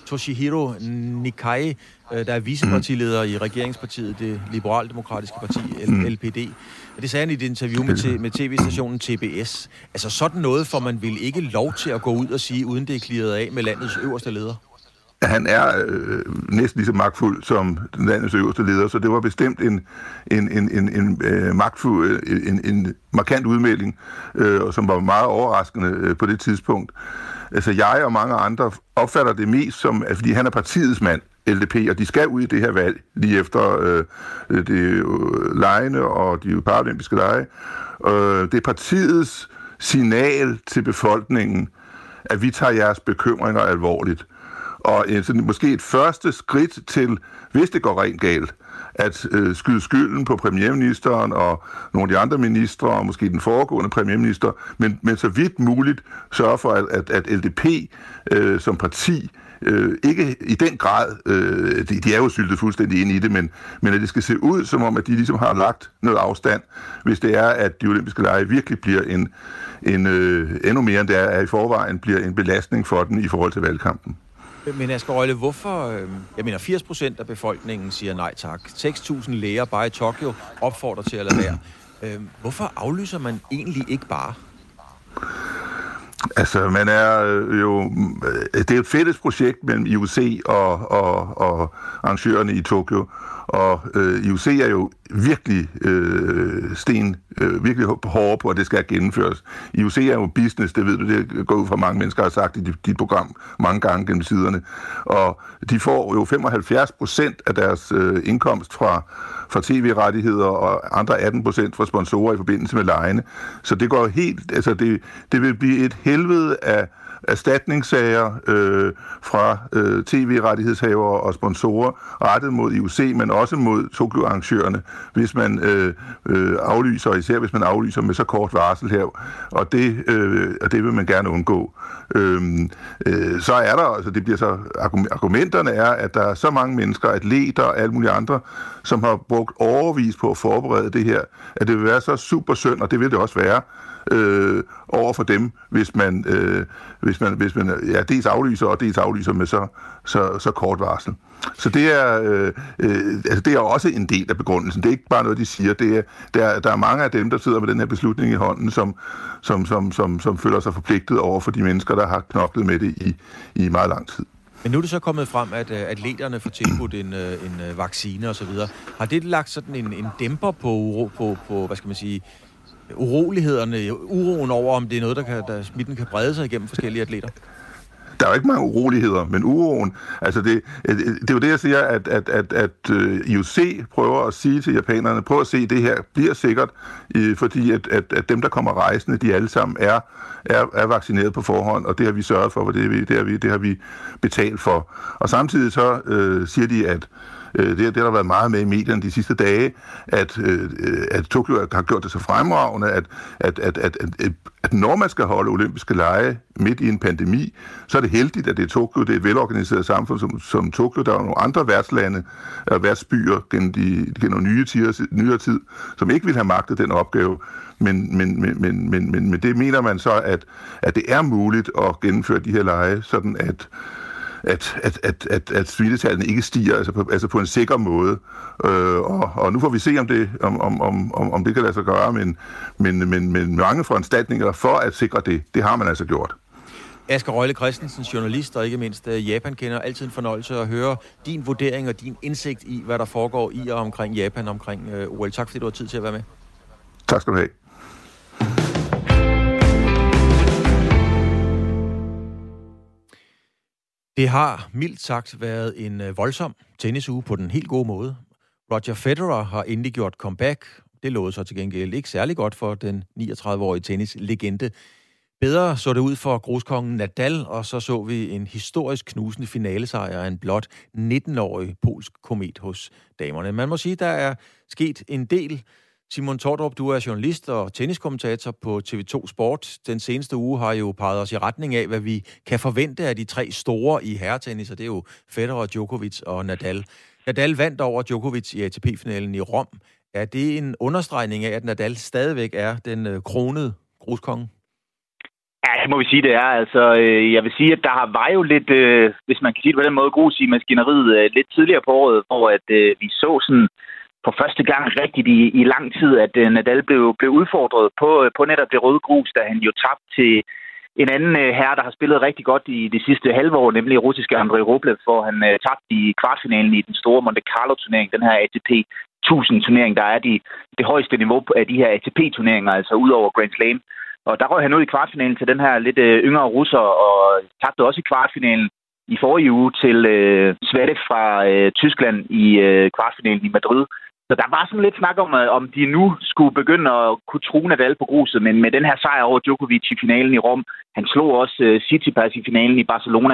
Speaker 2: Toshihiro Nikai, der er vicepartileder i regeringspartiet, det liberaldemokratiske parti, LPD. Det sagde han i et interview med tv-stationen TBS. Altså sådan noget får man vel ikke lov til at gå ud og sige, uden det er clearet af med landets øverste leder?
Speaker 11: Han er næsten lige så magtfuld som landets øverste leder, så det var bestemt en magtfuld, en markant udmelding, som var meget overraskende på det tidspunkt. Altså jeg og mange andre opfatter det mest som, at fordi han er partiets mand, LDP, og de skal ud i det her valg lige efter det legene og de paralympiske lege. Det er partiets signal til befolkningen, at vi tager jeres bekymringer alvorligt. Og måske et første skridt til, hvis det går rent galt, at skyde skylden på premierministeren og nogle af de andre ministre, og måske den foregående premierminister, men så vidt muligt sørge for, at LDP som parti ikke i den grad, de er jo syltet fuldstændig ind i det, men at det skal se ud som om, at de ligesom har lagt noget afstand, hvis det er, at de olympiske lege virkelig bliver endnu mere end det er i forvejen, bliver en belastning for den i forhold til valgkampen.
Speaker 2: Men Asger Røgle, hvorfor... 80% af befolkningen siger nej tak. 6.000 læger bare i Tokyo opfordrer til at lade være. Hvorfor aflyser man egentlig ikke bare?
Speaker 11: Altså, man er jo... Det er et fælles projekt mellem IOC og arrangørerne i Tokyo. Og IOC er jo virkelig virkelig hårde på, at det skal gennemføres. IOC er jo business, det ved du, det går ud fra mange mennesker har sagt i dit program mange gange gennem siderne. Og de får jo 75% af deres indkomst fra tv-rettigheder og andre 18% fra sponsorer i forbindelse med legene. Så det går helt, altså det vil blive et helvede af erstatningssager fra tv-rettighedshavere og sponsorer rettet mod IOC, men også mod Tokyo-arrangørerne, hvis man aflyser, især hvis man aflyser med så kort varsel her, og det vil man gerne undgå. Så er der, altså det bliver så, argumenterne er, at der er så mange mennesker, atleter og alle mulige andre, som har brugt årevis på at forberede det her, at det vil være så super synd, og det vil det også være, over for dem, hvis man dels aflyser og dels aflyser med så kort varsel. Så det er også en del af begrundelsen. Det er ikke bare noget, de siger. Der er mange af dem, der sidder med den her beslutning i hånden, som føler sig forpligtet over for de mennesker, der har knoklet med det i meget lang tid.
Speaker 2: Men nu er det så kommet frem, at atleterne får tilbudt en vaccine osv. Har det lagt sådan en dæmper på hvad skal man sige, uroen over, om det er noget, der smitten kan brede sig igennem forskellige atleter?
Speaker 11: Der er jo ikke mange uroligheder, men uroen, altså det er jo det, jeg siger, at IOC prøver at sige til japanerne, prøv at se, det her bliver sikkert, fordi at dem, der kommer rejsende, de alle sammen er vaccineret på forhånd, og det har vi sørget for, det har vi betalt for. Og samtidig så siger de, at det har der været meget med i medierne de sidste dage, at Tokyo har gjort det så fremragende, at når man skal holde olympiske lege midt i en pandemi, så er det heldigt, at det er Tokyo, det er et velorganiseret samfund som Tokyo. Der er nogle andre værtslande og værtsbyer gennem nyere tid, som ikke vil have magtet den opgave. Men det mener man så, at det er muligt at gennemføre de her lege, sådan at smittetallene ikke stiger, altså på en sikker måde. Og nu får vi se, om det kan lade sig gøre, men mange foranstaltninger for at sikre det. Det har man altså gjort.
Speaker 2: Asger Røgle Christensen, journalist og ikke mindst Japan-kender. Altid en fornøjelse at høre din vurdering og din indsigt i, hvad der foregår i og omkring Japan, omkring OL. Tak fordi du har tid til at være med.
Speaker 11: Tak skal du have.
Speaker 2: Det har mildt sagt været en voldsom tennisuge på den helt gode måde. Roger Federer har endelig gjort comeback. Det lovede så til gengæld ikke særlig godt for den 39-årige tennislegende. Bedre så det ud for gruskongen Nadal, og så vi en historisk knusende finalesejr af en blot 19-årig polsk komet hos damerne. Man må sige, der er sket en del. Simon Tordrup, du er journalist og tenniskommentator på TV2 Sport. Den seneste uge har jo peget os i retning af, hvad vi kan forvente af de tre store i herretennis, og det er jo Federer, Djokovic og Nadal. Nadal vandt over Djokovic i ATP-finalen i Rom. Er det en understregning af, at Nadal stadigvæk er den kronede gruskonge?
Speaker 12: Ja, det må vi sige, det er. Altså, jeg vil sige, at der var jo lidt, hvis man kan sige det på den måde, grus i maskineriet lidt tidligere på året, hvor at vi så sådan for første gang rigtigt i lang tid, at Nadal blev udfordret på netop det røde grus, da han jo tabte til en anden herre, der har spillet rigtig godt i det sidste halve år, nemlig russiske Andrei Rublev, hvor han tabte i kvartfinalen i den store Monte Carlo-turnering, den her ATP 1000-turnering, der er det højeste niveau af de her ATP-turneringer, altså ud over Grand Slam. Og der røg han ud i kvartfinalen til den her lidt yngre russer, og tabte også i kvartfinalen i forrige uge til Zverev fra Tyskland i kvartfinalen i Madrid. Så der var sådan lidt snak om de nu skulle begynde at kunne true Nadal på gruset, men med den her sejr over Djokovic i finalen i Rom, han slog også Tsitsipas i finalen i Barcelona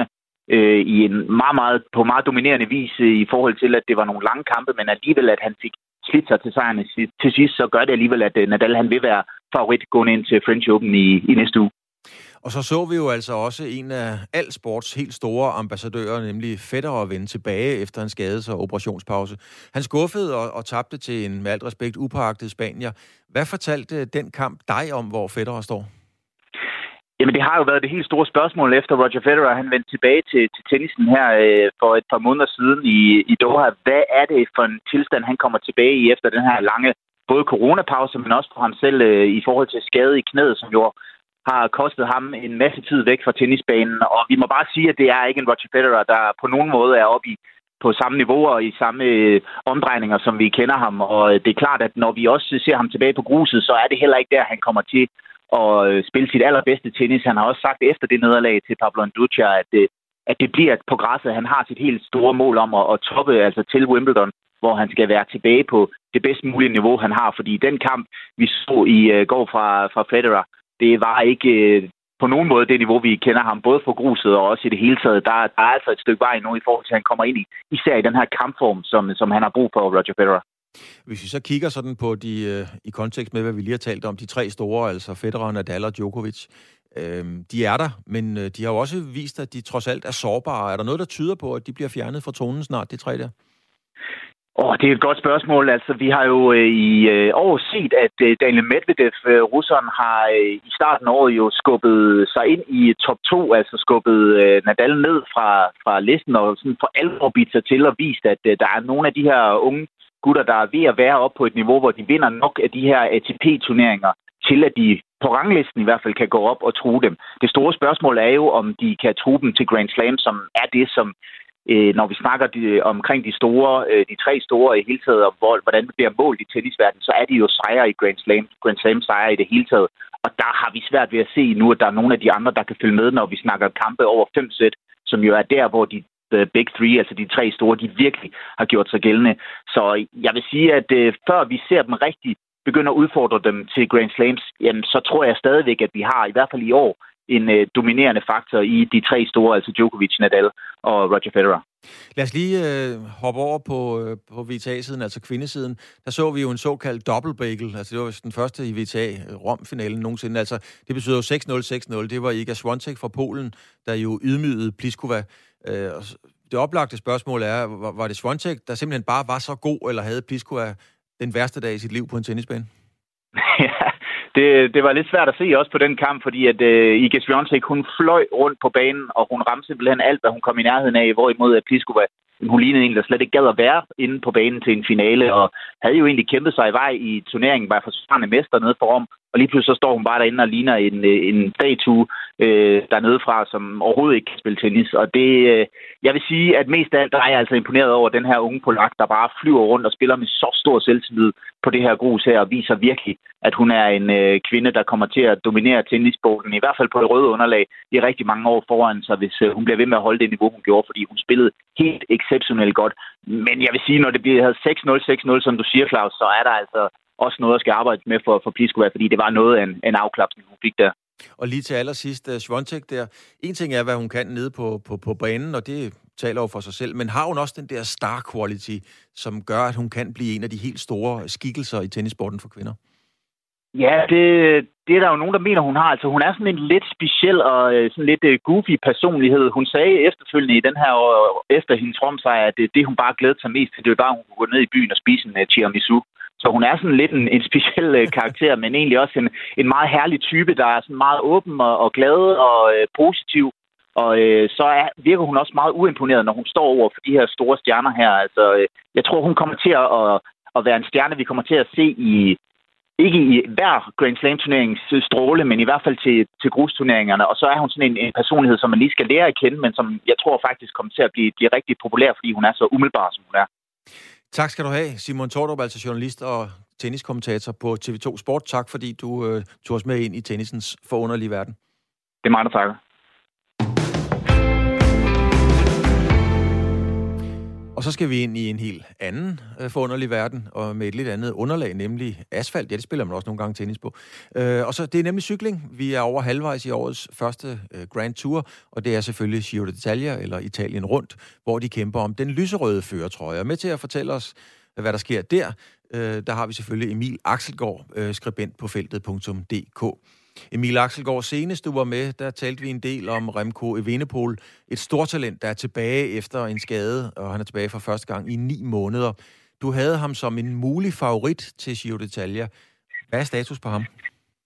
Speaker 12: i en på meget dominerende vis i forhold til, at det var nogle lange kampe, men alligevel, at han fik slidt sig til sejren til sidst, så gør det alligevel, at Nadal han vil være favorit gående ind til French Open i næste uge.
Speaker 2: Og så vi jo altså også en af al sports helt store ambassadører, nemlig Federer, vende tilbage efter en skades- og operationspause. Han skuffede og tabte til en med alt respekt upåagtet spanier. Hvad fortalte den kamp dig om, hvor Federer står?
Speaker 12: Jamen, det har jo været det helt store spørgsmål efter Roger Federer. Han vendte tilbage til tennisen her for et par måneder siden i Doha. Hvad er det for en tilstand, han kommer tilbage i efter den her lange både coronapause, men også for ham selv i forhold til skade i knæet, som jo har kostet ham en masse tid væk fra tennisbanen. Og vi må bare sige, at det er ikke en Roger Federer, der på nogen måde er oppe på samme niveau og i samme omdrejninger, som vi kender ham. Og det er klart, at når vi også ser ham tilbage på gruset, så er det heller ikke der, han kommer til at spille sit allerbedste tennis. Han har også sagt efter det nederlag til Pablo Andujar, at det bliver på græsset. Han har sit helt store mål om at toppe altså til Wimbledon, hvor han skal være tilbage på det bedst mulige niveau, han har. Fordi den kamp, vi så i går fra Federer, det var ikke på nogen måde det niveau, vi kender ham, både for gruset og også i det hele taget. Der er altså et stykke vej nu i forhold til, at han kommer ind især i den her kampform, som han har brug for, Roger Federer.
Speaker 2: Hvis vi så kigger sådan på i kontekst med, hvad vi lige har talt om, de tre store, altså Federer, Nadal og Djokovic, de er der, men de har jo også vist, at de trods alt er sårbare. Er der noget, der tyder på, at de bliver fjernet fra tonen snart, de tre der?
Speaker 12: Det er et godt spørgsmål. Altså, vi har jo i år set, at Daniil Medvedev, russeren, har i starten af året jo skubbet sig ind i top 2, altså skubbet Nadal ned fra listen og sådan for alvor bidt sig til og vist, at der er nogle af de her unge gutter, der er ved at være op på et niveau, hvor de vinder nok af de her ATP-turneringer, til at de på ranglisten i hvert fald kan gå op og true dem. Det store spørgsmål er jo, om de kan true dem til Grand Slam, som er det, som når vi snakker omkring de tre store i hele taget, og hvordan det bliver målt i tennisverdenen, så er de jo sejre i Grand Slam sejre i det hele taget. Og der har vi svært ved at se nu, at der er nogle af de andre, der kan følge med, når vi snakker kampe over 5 sæt, som jo er der, hvor de Big Three, altså de tre store, de virkelig har gjort sig gældende. Så jeg vil sige, at før vi ser dem rigtig begynde at udfordre dem til Grand Slams, jamen, så tror jeg stadigvæk, at vi har, i hvert fald i år, en dominerende faktor i de tre store, altså Djokovic, Nadal og Roger Federer.
Speaker 2: Lad os lige hoppe over på WTA-siden, altså kvindesiden. Der så vi jo en såkaldt double bagel. Altså det var den første i WTA Rom-finalen nogensinde. Altså det betyder jo 6-0. Det var Iga Swiatek fra Polen, der jo ydmygede Pliskova. Det oplagte spørgsmål er, var det Swiatek, der simpelthen bare var så god, eller havde Pliskova den værste dag i sit liv på en tennisbane?
Speaker 12: Ja, det var lidt svært at se også på den kamp, fordi at Iga Swiatek, hun fløj rundt på banen, og hun ramte simpelthen alt, hvad hun kom i nærheden af, hvorimod at Pliskova, hun lignede en, der slet ikke gad at være inde på banen til en finale, og havde jo egentlig kæmpet sig i vej i turneringen, var forsvarende mester nede for Rom, og lige pludselig så står hun bare derinde og ligner en statue dernede fra, som overhovedet ikke kan spille tennis. Og det, jeg vil sige, at mest af alt, der er jeg altså imponeret over den her unge polak, der bare flyver rundt og spiller med så stor selvtillid på det her grus her, og viser virkelig, at hun er en kvinde, der kommer til at dominere tennissporten, i hvert fald på det røde underlag, i rigtig mange år foran sig, hvis hun bliver ved med at holde det niveau, hun gjorde, fordi hun spillede helt exceptionelt godt. Men jeg vil sige, når det bliver 6-0, som du siger, Claus, så er der altså også noget, at skal arbejde med for Pliskova, fordi det var noget af en afklapsning, hun fik der.
Speaker 2: Og lige til allersidst, Swiatek der. En ting er, hvad hun kan nede på banen, og det taler jo for sig selv, men har hun også den der star quality, som gør, at hun kan blive en af de helt store skikkelser i tennissporten for kvinder?
Speaker 12: Ja, det er der jo nogen, der mener, hun har. Altså, hun er sådan en lidt speciel og sådan lidt goofy personlighed. Hun sagde efterfølgende i den her efter hendes Rom-sejr, at det hun bare glædede sig mest til, det var bare, hun kunne gå ned i byen og spise en tiramisu, Så hun er sådan lidt en speciel karakter, men egentlig også en meget herlig type, der er sådan meget åben og glad og positiv. Og så virker hun også meget uimponeret, når hun står over for de her store stjerner her. Altså, jeg tror, hun kommer til at være en stjerne, vi kommer til at se ikke i hver Grand Slam-turneringens stråle, men i hvert fald til grusturneringerne. Og så er hun sådan en personlighed, som man lige skal lære at kende, men som jeg tror faktisk kommer til at blive rigtig populær, fordi hun er så umiddelbar, som hun er.
Speaker 2: Tak skal du have, Simon Tordrup, altså journalist og tenniskommentator på TV2 Sport. Tak fordi du tog os med ind i tennisens forunderlige verden.
Speaker 12: Det er mig, der takker.
Speaker 2: Og så skal vi ind i en helt anden forunderlig verden, og med et lidt andet underlag, nemlig asfalt. Ja, det spiller man også nogle gange tennis på. Og så det er nemlig cykling. Vi er over halvvejs i årets første Grand Tour, og det er selvfølgelig Giro d'Italia, eller Italien rundt, hvor de kæmper om den lyserøde førertrøje. Og med til at fortælle os, hvad der sker der har vi selvfølgelig Emil Axelgaard, skribent på feltet.dk. Emil Axelgaard, senest du var med, der talte vi en del om Remco Evenepoel, et stortalent, der er tilbage efter en skade, og han er tilbage for første gang i 9 måneder. Du havde ham som en mulig favorit til Giro d'Italia. Hvad er status på ham?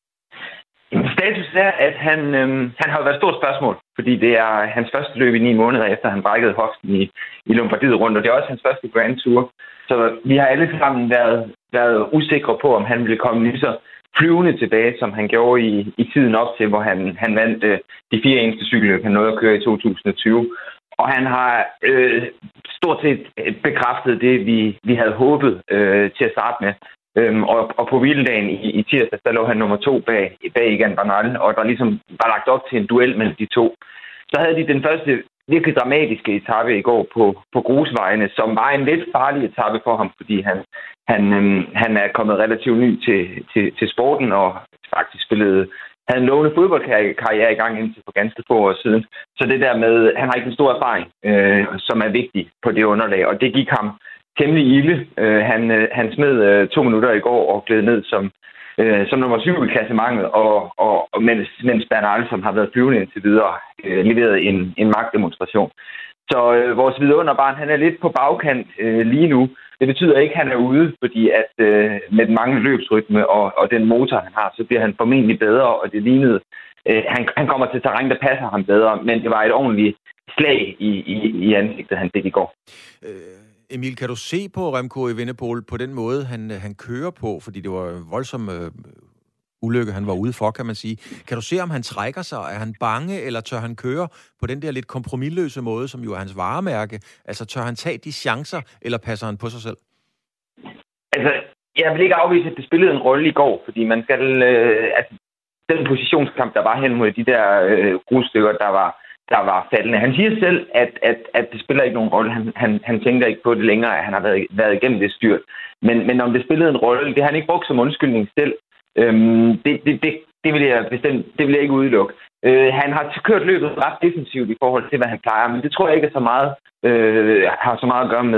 Speaker 13: Status er, at han har været et stort spørgsmål, fordi det er hans første løb i 9 måneder, efter han brækkede hoften i Lombardiet rundt, og det er også hans første Grand Tour. Så vi har alle sammen været usikre på, om han ville komme lige så flyvende tilbage, som han gjorde i tiden op til, hvor han vandt de 4 eneste cykelløb, han nåede at køre i 2020. Og han har stort set bekræftet det, vi havde håbet til at starte med. Og på hviledagen i tirsdag, der lå han nummer 2 bag Egan Bernal, og der ligesom var lagt op til en duel mellem de to. Så havde de den første virkelig dramatiske etape i går på grusvejene, som var en lidt farlig etape for ham, fordi han er kommet relativt ny til sporten og faktisk havde en lovende fodboldkarriere i gang indtil for ganske få år siden. Så det der med, han har ikke en stor erfaring, som er vigtig på det underlag, og det gik ham temmelig ilde. Han smed 2 minutter i går og gled ned som nummer 7 i klassementet, og mens Bernal, som har været flyvende indtil videre, leverede en magtdemonstration. Så vores vidunderbarn, han er lidt på bagkant lige nu. Det betyder ikke, at han er ude, fordi at med den mange løbsrytme og den motor, han har, så bliver han formentlig bedre, og det lignede. Han kommer til terræn, der passer ham bedre, men det var et ordentligt slag i ansigtet, han fik i går.
Speaker 2: Emil, kan du se på Remco Evenepoel på den måde, han kører på? Fordi det var en voldsom ulykke, han var ude for, kan man sige. Kan du se, om han trækker sig? Er han bange, eller tør han køre på den der lidt kompromisløse måde, som jo er hans varemærke? Altså, tør han tage de chancer, eller passer han på sig selv?
Speaker 13: Altså, jeg vil ikke afvise, at det spillede en rolle i går, fordi man skal... den positionskamp, der var hen mod de der grusstykker, der var faldende. Han siger selv, at det spiller ikke nogen rolle. Han tænker ikke på det længere, at han har været igennem det styrt. Men om det spillede en rolle, det har han ikke brugt som undskyldning selv. Det vil jeg ikke udelukke. Han har kørt løbet ret defensivt i forhold til, hvad han plejer, men det tror jeg ikke er så meget, har så meget at gøre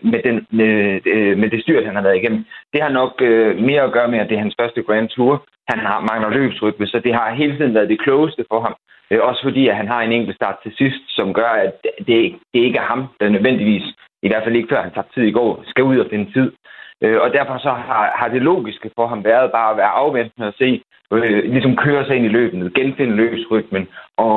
Speaker 13: med det styrt, han har været igennem. Det har nok mere at gøre med, at det er hans første Grand Tour. Han mangler løbsrytme, så det har hele tiden været det klogeste for ham. Også fordi, at han har en enkelt start til sidst, som gør, at det ikke er ham, der nødvendigvis, i hvert fald ikke før han tager tid i går, skal ud og finde tid. Og derfor så har det logiske for ham været bare at være afventende og se, ligesom køre sig ind i løbet, genfinde løbsrytmen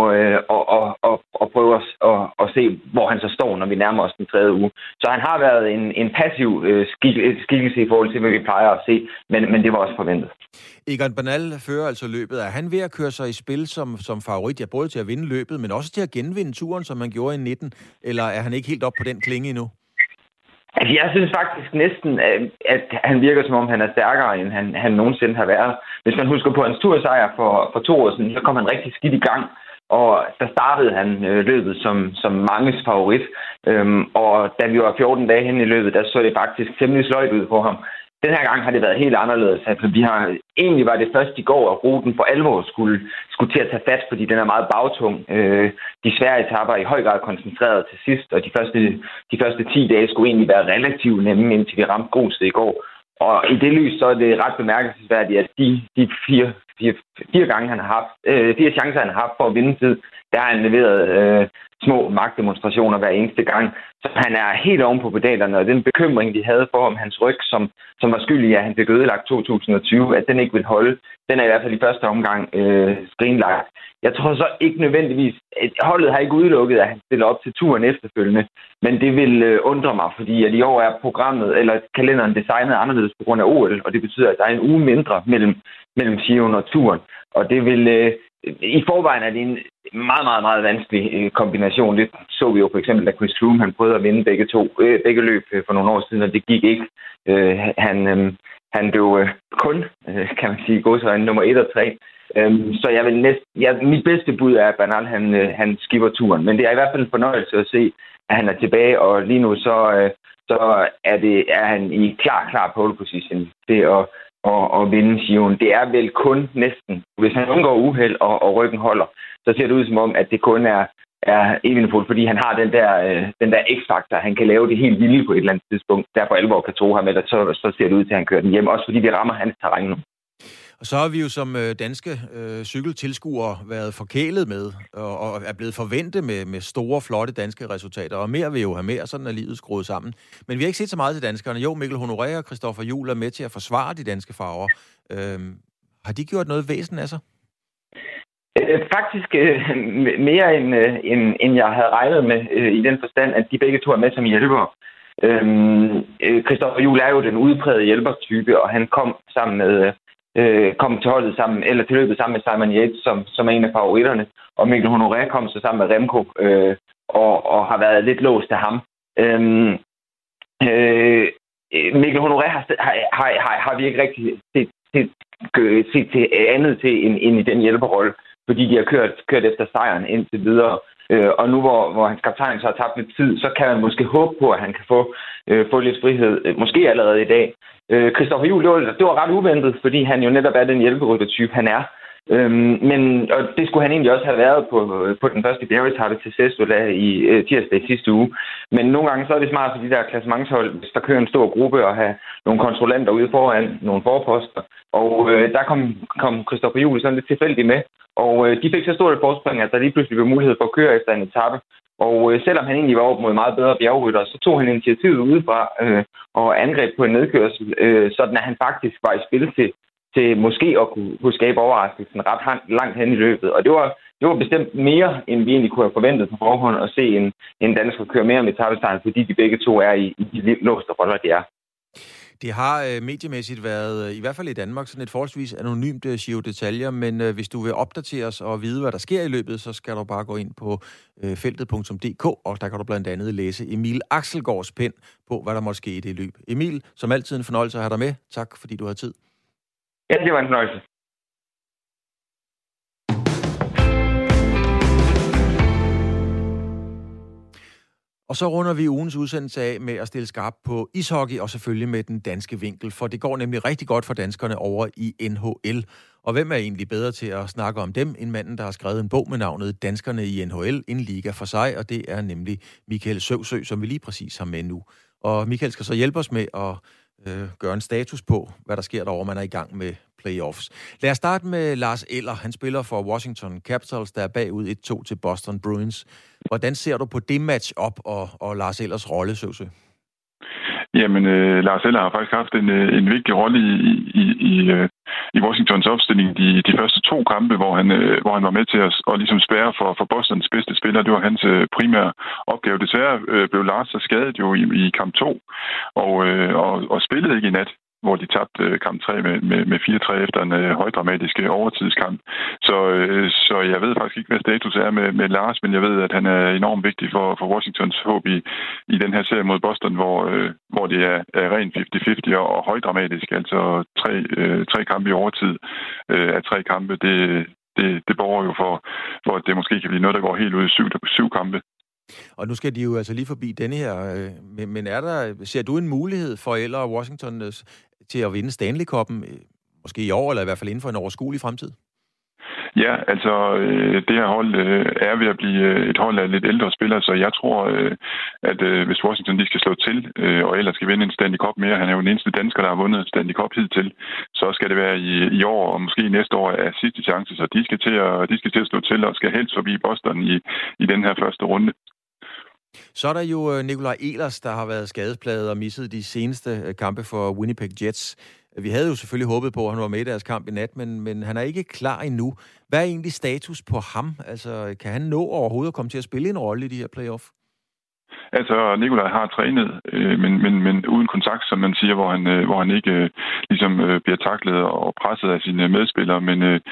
Speaker 13: og prøve at se, hvor han så står, når vi nærmer os den 3. uge. Så han har været en passiv skikkelse i forhold til, hvad vi plejer at se, men det var også forventet.
Speaker 2: Egan Bernal fører altså løbet. Er han ved at køre sig i spil som favorit, ja, både til at vinde løbet, men også til at genvinde turen, som han gjorde i 19? Eller er han ikke helt op på den klinge endnu?
Speaker 13: Altså, jeg synes faktisk næsten, at han virker, som om han er stærkere, end han nogensinde har været. Hvis man husker på hans tursejr for 2 år siden, så kom han rigtig skidt i gang. Og der startede han løbet som manges favorit. Og da vi var 14 dage hen i løbet, der så det faktisk temmelig sløjt ud på ham. Den her gang har det været helt anderledes. Altså, egentlig var det først i går, at ruten for alvor skulle til at tage fat, fordi den er meget bagtung. De svære etaper er i høj grad koncentreret til sidst, og de første 10 dage skulle egentlig være relativt nemme, indtil vi ramte Gruset i går. Og i det lys, så er det ret bemærkelsesværdigt, at de fire chancer, han har haft for at vinde tid, der har han leveret små magtdemonstrationer hver eneste gang. Så han er helt oven på pedalerne, og den bekymring, de havde for om hans ryg, som var skyldig, at han fik ødelagt 2020, at den ikke vil holde, den er i hvert fald i første omgang skrinlagt. Jeg tror så ikke nødvendigvis, at holdet har ikke udelukket, at han stiller op til turen efterfølgende, men det vil undre mig, fordi at i år er programmet, eller kalenderen designet anderledes på grund af OL, og det betyder, at der er en uge mindre mellem Giroen og turen, og det vil... I forvejen er det en meget, meget, meget vanskelig kombination. Det så vi jo for eksempel, da Chris Froome han prøvede at vinde begge løb for nogle år siden, og det gik ikke. Han blev kun, kan man sige, godsøjne nummer 1 og 3. Så mit bedste bud er, at Bernal han skipper turen. Men det er i hvert fald en fornøjelse at se, at han er tilbage, og lige nu så er han i klar pole position til at vinde Giroen. Det er vel kun næsten, hvis han undgår uheld og ryggen holder, så ser det ud som om, at det kun er Evenepoel, fordi han har den der x-faktor. Han kan lave det helt vildt på et eller andet tidspunkt. Derfor alvor kan tro ham, eller så ser det ud til, at han kører den hjem. Også fordi vi rammer hans terræn nu.
Speaker 2: Og så har vi jo som danske cykeltilskuere været forkælet med, og er blevet forventet med store, flotte danske resultater. Og mere vil jo have mere, sådan er livet skruet sammen. Men vi har ikke set så meget til danskerne. Jo, Mikkel Honoré og Christopher Juhl er med til at forsvare de danske farver. Har de gjort noget væsen af sig?
Speaker 13: Faktisk mere end jeg havde regnet med, i den forstand, at de begge to er med som hjælpere. Christopher Juhl er jo den udprægede hjælpertype, og han kom sammen med kom til holdet sammen, eller til løbet sammen med Simon Yates, som er en af favoritterne. Og Mikkel Honoré kom så sammen med Remco, og har været lidt låst af ham. Mikkel Honoré har vi ikke rigtig set til andet til end i den hjælperrolle, fordi de har kørt efter sejren indtil videre. Og nu hvor hans kaptajn så har tabt lidt tid, så kan man måske håbe på, at han kan få lidt frihed, måske allerede i dag. Christopher Juhl, det var ret uventet, fordi han jo netop er den hjælperyttertype, han er. Og det skulle han egentlig også have været på den første bjergetape til Sestola i tirsdag i sidste uge. Men nogle gange så er det smart for de der klassementshold, hvis der kører en stor gruppe og have nogle kontrollanter ude foran, nogle forposter. Og der kom Christopher Juhl sådan lidt tilfældigt med. Og de fik så stort et forspring, at der lige pludselig blev mulighed for at køre efter en etape. Og selvom han egentlig var op mod meget bedre bjergrytter, så tog han initiativet udefra og angreb på en nedkørsel, sådan at han faktisk var i spil til måske at kunne skabe overraskelsen ret langt hen i løbet. Og det var bestemt mere, end vi egentlig kunne have forventet på forhånd at se en dansker køre mere med etapesejren, fordi de begge to er i de låste roller, de er.
Speaker 2: Det har mediemæssigt været, i hvert fald i Danmark, sådan et forholdsvis anonymt Giro detaljer, men hvis du vil opdatere os og vide, hvad der sker i løbet, så skal du bare gå ind på feltet.dk, og der kan du blandt andet læse Emil Axelgaards pen på, hvad der måtte ske i det løb. Emil, som altid en fornøjelse at have dig med. Tak, fordi du har tid.
Speaker 13: Ja, det var en fornøjelse.
Speaker 2: Og så runder vi ugens udsendelse af med at stille skarp på ishockey, og selvfølgelig med den danske vinkel, for det går nemlig rigtig godt for danskerne over i NHL. Og hvem er egentlig bedre til at snakke om dem, end manden, der har skrevet en bog med navnet Danskerne i NHL, en liga for sig, og det er nemlig Michael Søvsø, som vi lige præcis har med nu. Og Michael skal så hjælpe os med at gøre en status på, hvad der sker derovre, man er i gang med playoffs. Lad os starte med Lars Eller. Han spiller for Washington Capitals, der er bagud 1-2 til Boston Bruins. Hvordan ser du på det match-up og Lars Ellers rolle, Søvsø?
Speaker 14: Jamen, Lars Eller har faktisk haft en vigtig rolle i Washingtons opstilling de første 2 kampe, hvor han var med til at ligesom spærre for Bostons bedste spiller. Det var hans primære opgave. Desværre blev Lars så skadet jo i kamp 2, og spillede ikke i nat, hvor de tabte kamp 3 med 4-3 efter en højdramatisk overtidskamp. Så jeg ved faktisk ikke, hvad status er med Lars, men jeg ved, at han er enormt vigtig for Washingtons håb i den her serie mod Boston, hvor det er rent 50-50 og højdramatisk. Altså 3 kampe i overtid af 3 kampe. Det borger jo for, at det måske kan blive noget, der går helt ud i 7 kampe.
Speaker 2: Og nu skal de jo altså lige forbi denne her, men ser du en mulighed for Eller og Washington til at vinde Stanley Cup'en, måske i år, eller i hvert fald inden for en overskuelig fremtid?
Speaker 14: Ja, altså det her hold er ved at blive et hold af lidt ældre spillere, så jeg tror, at hvis Washington de skal slå til, og ellers skal vinde en Stanley Cup mere, han er jo den eneste dansker, der har vundet Stanley Cup hidtil, så skal det være i år, og måske næste år er sidste chance, så de skal til at slå til og skal helst forbi Boston i den her første runde.
Speaker 2: Så er der jo Nikolaj Ehlers, der har været skadesplaget og misset de seneste kampe for Winnipeg Jets. Vi havde jo selvfølgelig håbet på, at han var med i deres kamp i nat, men han er ikke klar endnu. Hvad er egentlig status på ham? Altså, kan han nå overhovedet at komme til at spille en rolle i de her playoff?
Speaker 14: Altså, Nikolaj har trænet, men uden kontakt, som man siger, hvor han ikke ligesom bliver taklet og presset af sine medspillere,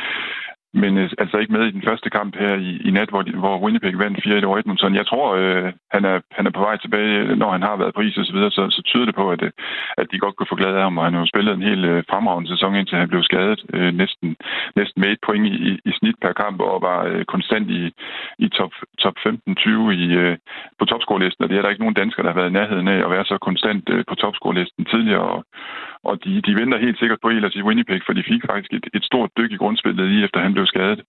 Speaker 14: men altså ikke med i den første kamp her i nat, hvor Winnipeg vandt 4-1 over Edmonton. Jeg tror, han er på vej tilbage, når han har været på is og så videre, så tyder det på, at de godt kunne få glæde af ham, og han har jo spillet en helt fremragende sæson, indtil han blev skadet. Næsten med 1 point i snit per kamp, og var konstant i top 15-20 på topscorelisten, og det er der ikke nogen danskere, der har været i nærheden af at være så konstant på topscorelisten tidligere, og de venter helt sikkert på Ehlers i Winnipeg, for de fik faktisk et stort dyk i grundspillet lige efter han blev skadet.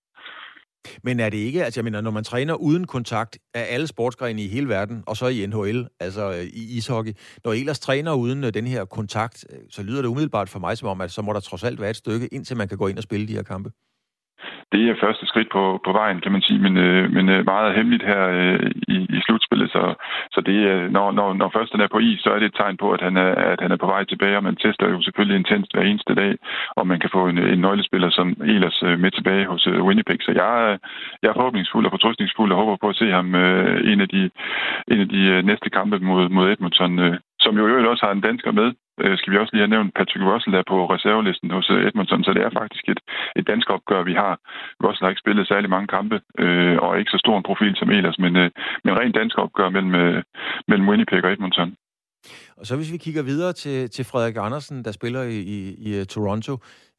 Speaker 2: Men er det ikke, altså jeg mener, når man træner uden kontakt af alle sportsgrene i hele verden, og så i NHL, altså i ishockey, når Ehlers træner uden den her kontakt, så lyder det umiddelbart for mig som om, at så må der trods alt være et stykke, indtil man kan gå ind og spille de her kampe.
Speaker 14: Det er første skridt på vejen, kan man sige, men meget hemmeligt her i slutspillet. Så det er, når først han er på is, så er det et tegn på, at han er på vej tilbage, og man tester jo selvfølgelig intenst hver eneste dag, og man kan få en nøglespiller som Ehlers med tilbage hos Winnipeg. Så jeg er forhåbningsfuld og fortrøstningsfuld og håber på at se ham en af de næste kampe mod Edmonton, som jo også har en dansker med. Skal vi også lige have nævnt Patrick Russell der på reservelisten hos Edmonton, så det er faktisk et dansk opgør, vi har. Russell har ikke spillet særlig mange kampe, og ikke så stor en profil som Ehlers, men rent dansk opgør mellem Winnipeg og Edmonton.
Speaker 2: Og så hvis vi kigger videre til Frederik Andersen, der spiller i Toronto.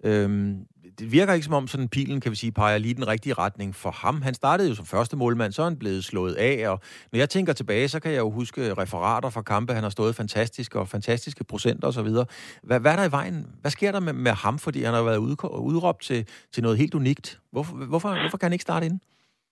Speaker 2: Det virker ikke som om sådan pilen, kan vi sige, peger lige den rigtige retning for ham. Han startede jo som første målmand, så er han blevet slået af, og når jeg tænker tilbage, så kan jeg jo huske referater fra kampe, han har stået fantastisk, og fantastiske procenter og så videre. Hvad er der i vejen? Hvad sker der med ham, fordi han har været udråbt til noget helt unikt? Hvorfor kan han ikke starte inden?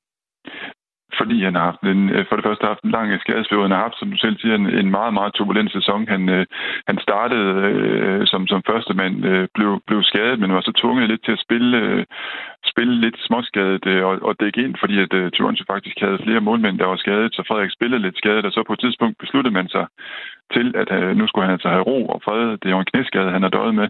Speaker 14: Fordi han har haft for det første haft en lang skadesperiode. Han har haft, som du selv siger, en meget, meget turbulent sæson. Han startede som første mand, blev skadet, men var så tvunget lidt til at spille lidt småskadet og dække ind, fordi at Toronto faktisk havde flere målmænd, der var skadet, så Frederik spillede lidt skadet, og så på et tidspunkt besluttede man sig til, at nu skulle han altså have ro og fred. Det er jo en knæskade, han har døjet med.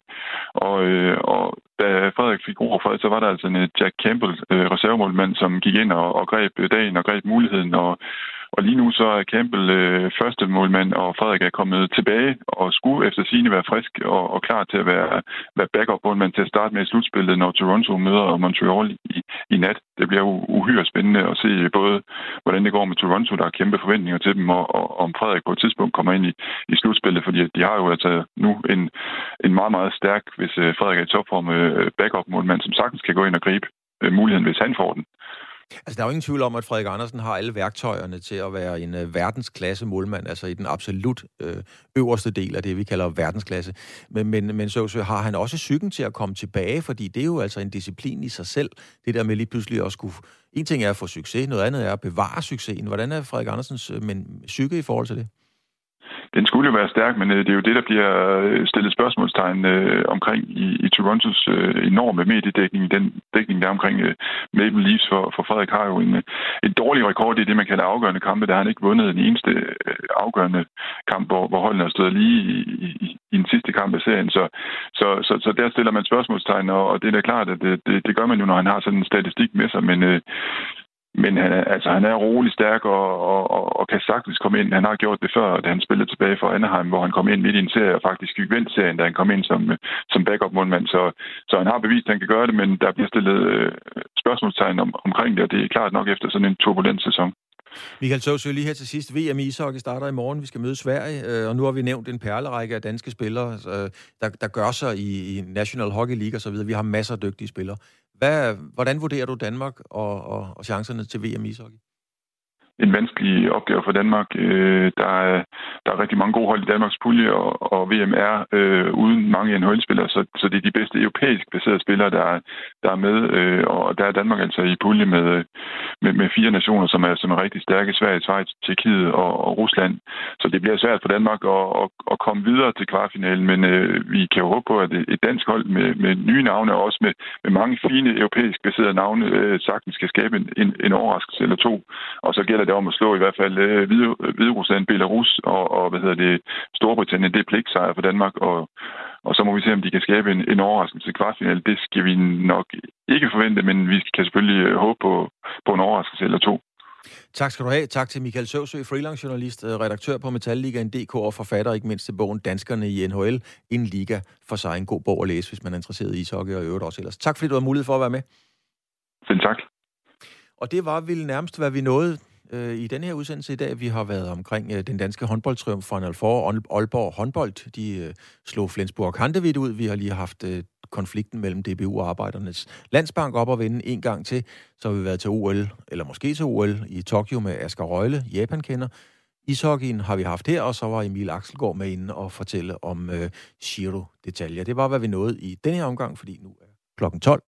Speaker 14: Og da Frederik fik ro og fred, så var der altså en Jack Campbell, reservemålmand, som gik ind og greb dagen og greb muligheden. Og lige nu så er Campbell første målmand, og Frederik er kommet tilbage og skulle efter sigende være frisk og klar til at være backup målmand til at starte med i slutspillet, når Toronto møder Montreal i nat. Det bliver jo uhyre spændende at se både, hvordan det går med Toronto, der har kæmpe forventninger til dem, og om Frederik på et tidspunkt kommer ind i slutspillet, fordi de har jo altså nu en meget, meget stærk, hvis Frederik er i topform, backup målmand, som sagtens kan gå ind og gribe muligheden, hvis han får den.
Speaker 2: Altså, der er jo ingen tvivl om, at Frederik Andersen har alle værktøjerne til at være en verdensklasse målmand, altså i den absolut øverste del af det, vi kalder verdensklasse. Men så har han også psyken til at komme tilbage, fordi det er jo altså en disciplin i sig selv, det der med lige pludselig at skulle... En ting er at få succes, noget andet er at bevare succesen. Hvordan er Frederik Andersens psyke i forhold til det?
Speaker 14: Den skulle jo være stærk, men det er jo det, der bliver stillet spørgsmålstegn omkring i Torontos enorme mediedækning. Den dækning, der omkring Maple Leafs for Frederik har jo en dårlig rekord i det, man kalder afgørende kampe. Der har han ikke vundet den eneste afgørende kamp, hvor holdene har stået lige i den sidste kamp af serien. Så der stiller man spørgsmålstegn, og det er da klart, at det gør man jo, når han har sådan en statistik med sig, men han er rolig stærk og kan sagtens komme ind. Han har gjort det før, da han spillede tilbage for Anaheim, hvor han kom ind midt i en serie og faktisk fik vendt serien, da han kom ind som backup-målmand. Så han har bevist, at han kan gøre det, men der bliver stillet spørgsmålstegn omkring det, og det er klart nok efter sådan en turbulent sæson.
Speaker 2: Michael Søvsø, lige her til sidst. VM i ishockey starter i morgen. Vi skal møde Sverige, og nu har vi nævnt en perlerække af danske spillere, der gør sig i National Hockey League og så videre. Vi har masser af dygtige spillere. Hvordan vurderer du Danmark og chancerne til VM i ishockey?
Speaker 14: en vanskelig opgave for Danmark. Der er rigtig mange gode hold i Danmarks pulje, og VM er uden mange NHL-spillere, så det er de bedste europæisk baserede spillere, der er med, og der er Danmark altså i pulje med 4 nationer, som er rigtig stærke: Sverige, Schweiz, Tjekkiet og Rusland. Så det bliver svært for Danmark at komme videre til kvartfinalen, men vi kan jo håbe på, at et dansk hold med nye navne, og også med mange fine europæisk baserede navne, sagtens skal skabe en overraskelse eller to. Og så gælder det om at slå i hvert fald Hviderusland, Belarus og Storbritannien. Det er pligtsejr for Danmark, og så må vi se, om de kan skabe en overraskelse til kvartfinalen. Det skal vi nok ikke forvente, men vi kan selvfølgelig håbe på en overraskelse eller to.
Speaker 2: Tak skal du have. Tak til Michael Søvsø, freelancejournalist, redaktør på Metalligaen.dk og forfatter ikke mindst til bogen Danskerne i NHL. En liga for sig. En god bog at læse, hvis man er interesseret i ishockey og i øvrigt også ellers. Tak fordi du har mulighed for at være med.
Speaker 14: Selv tak.
Speaker 2: Og det var vel nærmest, hvad vi nåede i denne her udsendelse i dag. Vi har været omkring den danske håndboldtriumf Final Four. Aalborg håndbold, de slog Flensburg Handewitt ud. Vi har lige haft konflikten mellem DBU og Arbejdernes Landsbank op og vende en gang til. Så har vi været til OL, eller måske til OL i Tokyo med Asger Røgle, Japan-kender. Ishockeyen har vi haft her, og så var Emil Axelgaard med inde og fortælle om Giro d'Italia. Det var, hvad vi nåede i denne her omgang, fordi nu er klokken 12.